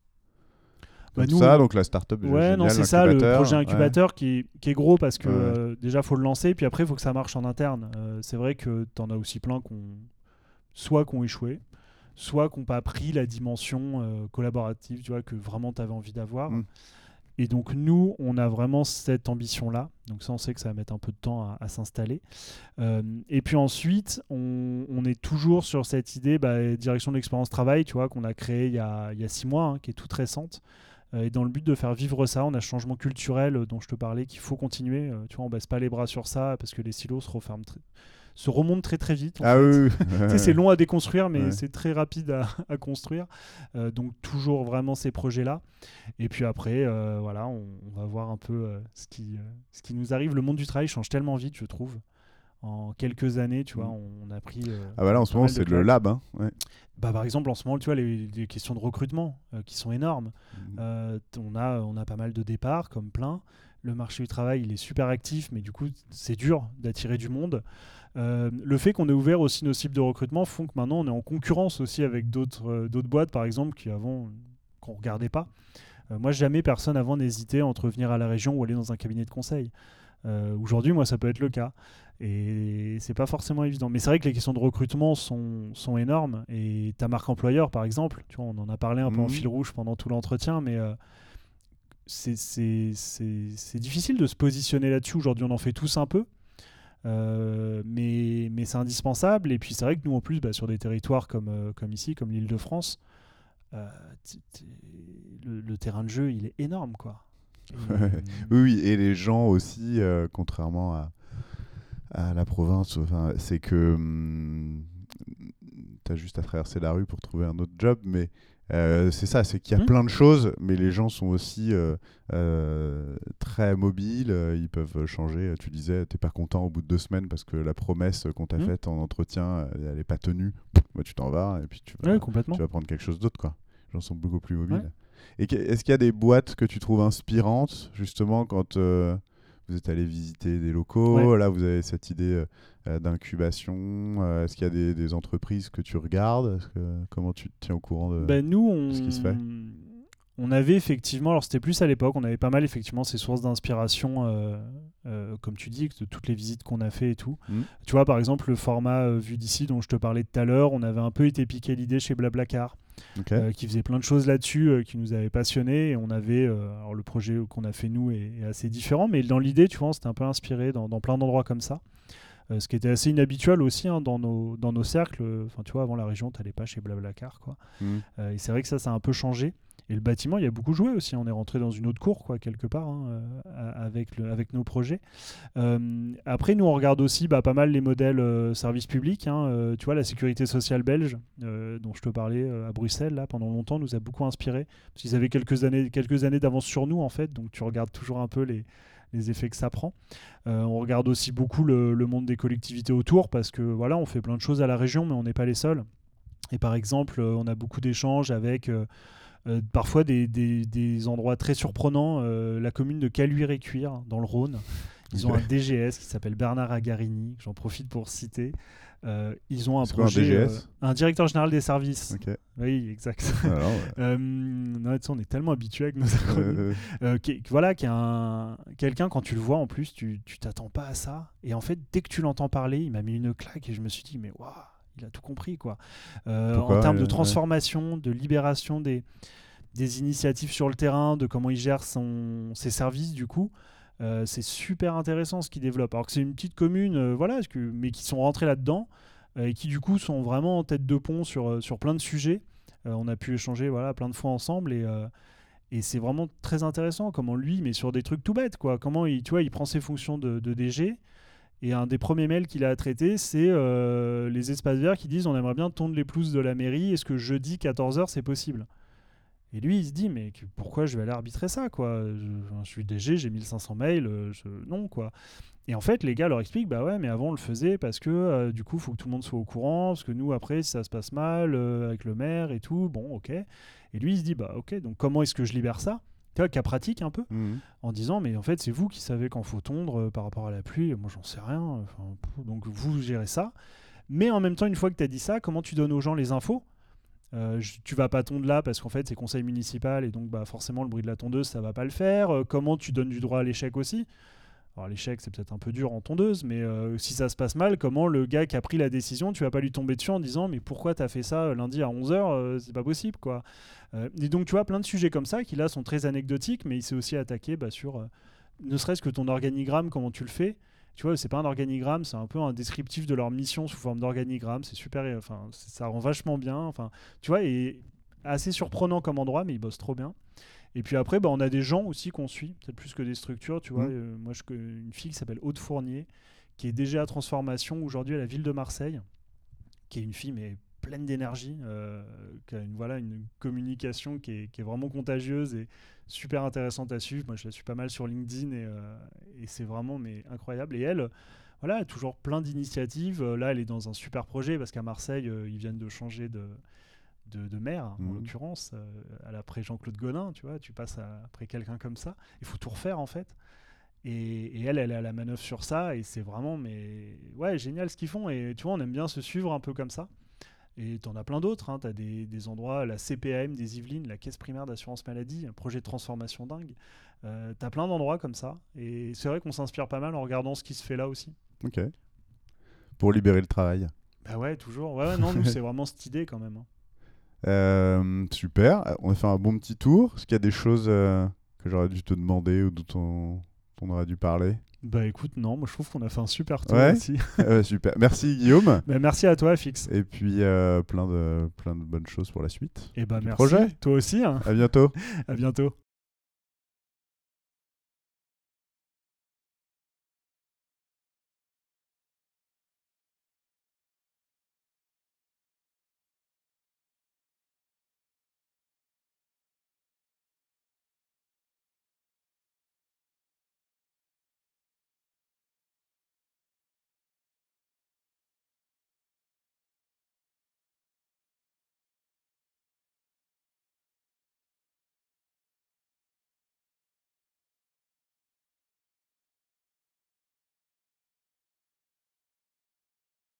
donc la startup, ouais, non, c'est ça, le projet incubateur qui est gros parce que déjà, faut le lancer, puis après, il faut que ça marche en interne. C'est vrai que tu en as aussi plein qui ont échoué, soit qui n'ont pas pris la dimension collaborative, tu vois, que vraiment tu avais envie d'avoir. Et donc, nous, on a vraiment cette ambition-là. Donc ça, on sait que ça va mettre un peu de temps à s'installer. Et puis ensuite, on est toujours sur cette idée, direction de l'expérience travail, tu vois, qu'on a créée il y a 6 mois, qui est toute récente. Et dans le but de faire vivre ça, on a ce changement culturel dont je te parlais qu'il faut continuer. Tu vois, on baisse pas les bras sur ça parce que les silos se remontent très très vite. Oui. Tu sais, c'est long à déconstruire, mais c'est très rapide à construire. Donc toujours vraiment ces projets-là. Et puis après, voilà, on va voir un peu ce qui nous arrive. Le monde du travail change tellement vite, je trouve. En quelques années, tu vois, on a pris. Là, en ce moment, c'est le lab. Hein. Ouais. Par exemple, en ce moment, tu vois, les questions de recrutement qui sont énormes. On a pas mal de départs, comme plein. Le marché du travail, il est super actif, mais du coup, c'est dur d'attirer du monde. Le fait qu'on ait ouvert aussi nos cibles de recrutement font que maintenant, on est en concurrence aussi avec d'autres boîtes, par exemple, qu'on ne regardait pas. Moi, jamais personne avant n'hésitait entre venir à la région ou aller dans un cabinet de conseil. Aujourd'hui, moi, ça peut être le cas. Et c'est pas forcément évident. Mais c'est vrai que les questions de recrutement sont énormes. Et ta marque employeur, par exemple, tu vois, on en a parlé un peu en fil rouge pendant tout l'entretien, mais c'est difficile de se positionner là-dessus. Aujourd'hui, on en fait tous un peu. Mais c'est indispensable. Et puis c'est vrai que nous, en plus, sur des territoires comme ici, comme l'Île-de-France, le terrain de jeu, il est énorme, quoi. Oui, et les gens aussi, contrairement à la province, c'est que tu as juste à traverser la rue pour trouver un autre job, mais c'est ça, c'est qu'il y a plein de choses, mais les gens sont aussi très mobiles, ils peuvent changer. Tu disais, t'es pas content au bout de 2 semaines parce que la promesse qu'on t'a faite en entretien, elle est pas tenue. Tu t'en vas et puis tu vas prendre quelque chose d'autre, quoi. Les gens sont beaucoup plus mobiles. Ouais. Et est-ce qu'il y a des boîtes que tu trouves inspirantes, justement, quand vous êtes allé visiter des locaux, là vous avez cette idée d'incubation, est-ce qu'il y a des entreprises que tu regardes, comment tu te tiens au courant de ce qui se fait? On avait effectivement, alors c'était plus à l'époque, on avait pas mal effectivement ces sources d'inspiration, comme tu dis, de toutes les visites qu'on a fait et tout. Tu vois, par exemple, le format Vue d'ici dont je te parlais tout à l'heure, on avait un peu été piqué l'idée chez Blablacar, qui faisait plein de choses là-dessus, qui nous avaient passionnés. Et on avait, alors le projet qu'on a fait nous est assez différent, mais dans l'idée, tu vois, on s'était un peu inspiré dans plein d'endroits comme ça. Ce qui était assez inhabituel aussi dans nos cercles. Enfin, tu vois, avant la région, tu n'allais pas chez Blablacar, quoi. Et c'est vrai que ça a un peu changé. Et le bâtiment, il y a beaucoup joué aussi. On est rentré dans une autre cour, quoi, quelque part, avec nos projets. Après, nous, on regarde aussi pas mal les modèles services publics. Tu vois, la sécurité sociale belge, dont je te parlais à Bruxelles, là, pendant longtemps, nous a beaucoup inspiré. Parce qu'ils avaient quelques années d'avance sur nous, en fait. Donc, tu regardes toujours un peu les effets que ça prend. On regarde aussi beaucoup le monde des collectivités autour, parce que voilà, on fait plein de choses à la région, mais on n'est pas les seuls. Et par exemple, on a beaucoup d'échanges avec parfois des endroits très surprenants. La commune de Caluire-et-Cuire, dans le Rhône. Ils ont un DGS qui s'appelle Bernard Agarini, que j'en profite pour citer. Ils ont un projet, un directeur général des services. Okay. Oui, exact. Alors, ouais. Non, on est tellement habitué avec nos acronymes. Qui est quelqu'un, quand tu le vois en plus, tu t'attends pas à ça. Et en fait, dès que tu l'entends parler, il m'a mis une claque et je me suis dit, mais waouh, il a tout compris, quoi. En termes de transformation, de libération des initiatives sur le terrain, de comment il gère ses services, du coup. C'est super intéressant ce qu'ils développent. Alors que c'est une petite commune, mais qui sont rentrés là-dedans et qui du coup sont vraiment en tête de pont sur plein de sujets. On a pu échanger plein de fois ensemble et c'est vraiment très intéressant comment lui, mais sur des trucs tout bêtes, quoi. Comment il prend ses fonctions de DG et un des premiers mails qu'il a traité, c'est les espaces verts qui disent on aimerait bien tondre les pelouses de la mairie, est-ce que jeudi 14h c'est possible ? Et lui, il se dit, mais pourquoi je vais aller arbitrer ça, quoi ? Je suis DG, j'ai 1500 mails, non, quoi. Et en fait, les gars leur expliquent, bah ouais, mais avant on le faisait parce que du coup, il faut que tout le monde soit au courant, parce que nous, après, si ça se passe mal avec le maire et tout, bon, ok. Et lui, il se dit, bah ok, donc comment est-ce que je libère ça ? Tu vois, cas pratique un peu, en disant, mais en fait, c'est vous qui savez quand faut tondre par rapport à la pluie, moi, j'en sais rien, donc vous gérez ça. Mais en même temps, une fois que tu as dit ça, comment tu donnes aux gens les infos ? Tu vas pas tondre là parce qu'en fait c'est conseil municipal et donc forcément le bruit de la tondeuse ça va pas le faire. Comment tu donnes du droit à l'échec aussi ? Alors l'échec c'est peut-être un peu dur en tondeuse, mais si ça se passe mal, comment le gars qui a pris la décision, tu vas pas lui tomber dessus en disant mais pourquoi t'as fait ça lundi à 11h, c'est pas possible, quoi. Et donc tu vois plein de sujets comme ça qui là sont très anecdotiques, mais il s'est aussi attaqué sur ne serait-ce que ton organigramme, comment tu le fais. Tu vois, c'est pas un organigramme, c'est un peu un descriptif de leur mission sous forme d'organigramme. C'est super, ça rend vachement bien. Enfin, tu vois, et assez surprenant comme endroit, mais ils bossent trop bien. Et puis après, on a des gens aussi qu'on suit, peut-être plus que des structures. Tu vois, moi, je connais une fille qui s'appelle Aude Fournier, qui est DG à transformation aujourd'hui à la ville de Marseille, qui est une fille mais pleine d'énergie, qui a une communication qui est vraiment contagieuse et super intéressante à suivre. Moi, je la suis pas mal sur LinkedIn et c'est vraiment incroyable. Et elle, a toujours plein d'initiatives. Là, elle est dans un super projet parce qu'à Marseille, ils viennent de changer de maire, en l'occurrence, après Jean-Claude Godin. Tu vois, tu passes après quelqu'un comme ça. Il faut tout refaire, en fait. Et elle a la manœuvre sur ça et c'est vraiment génial ce qu'ils font. Et tu vois, on aime bien se suivre un peu comme ça. Et tu en as plein d'autres, tu as des endroits, la CPAM des Yvelines, la Caisse primaire d'assurance maladie, un projet de transformation dingue. Tu as plein d'endroits comme ça. Et c'est vrai qu'on s'inspire pas mal en regardant ce qui se fait là aussi. Ok. Pour libérer le travail. Bah ouais, toujours. Ouais, non, nous, c'est vraiment cette idée quand même. Super. On a fait un bon petit tour. Est-ce qu'il y a des choses que j'aurais dû te demander ou dont on aurait dû parler ? Bah écoute, non, moi je trouve qu'on a fait un super tour aussi. Super. Merci Guillaume. Merci à toi, Fix. Et puis plein de bonnes choses pour la suite. Et merci. Projet. Toi aussi. À bientôt. À bientôt.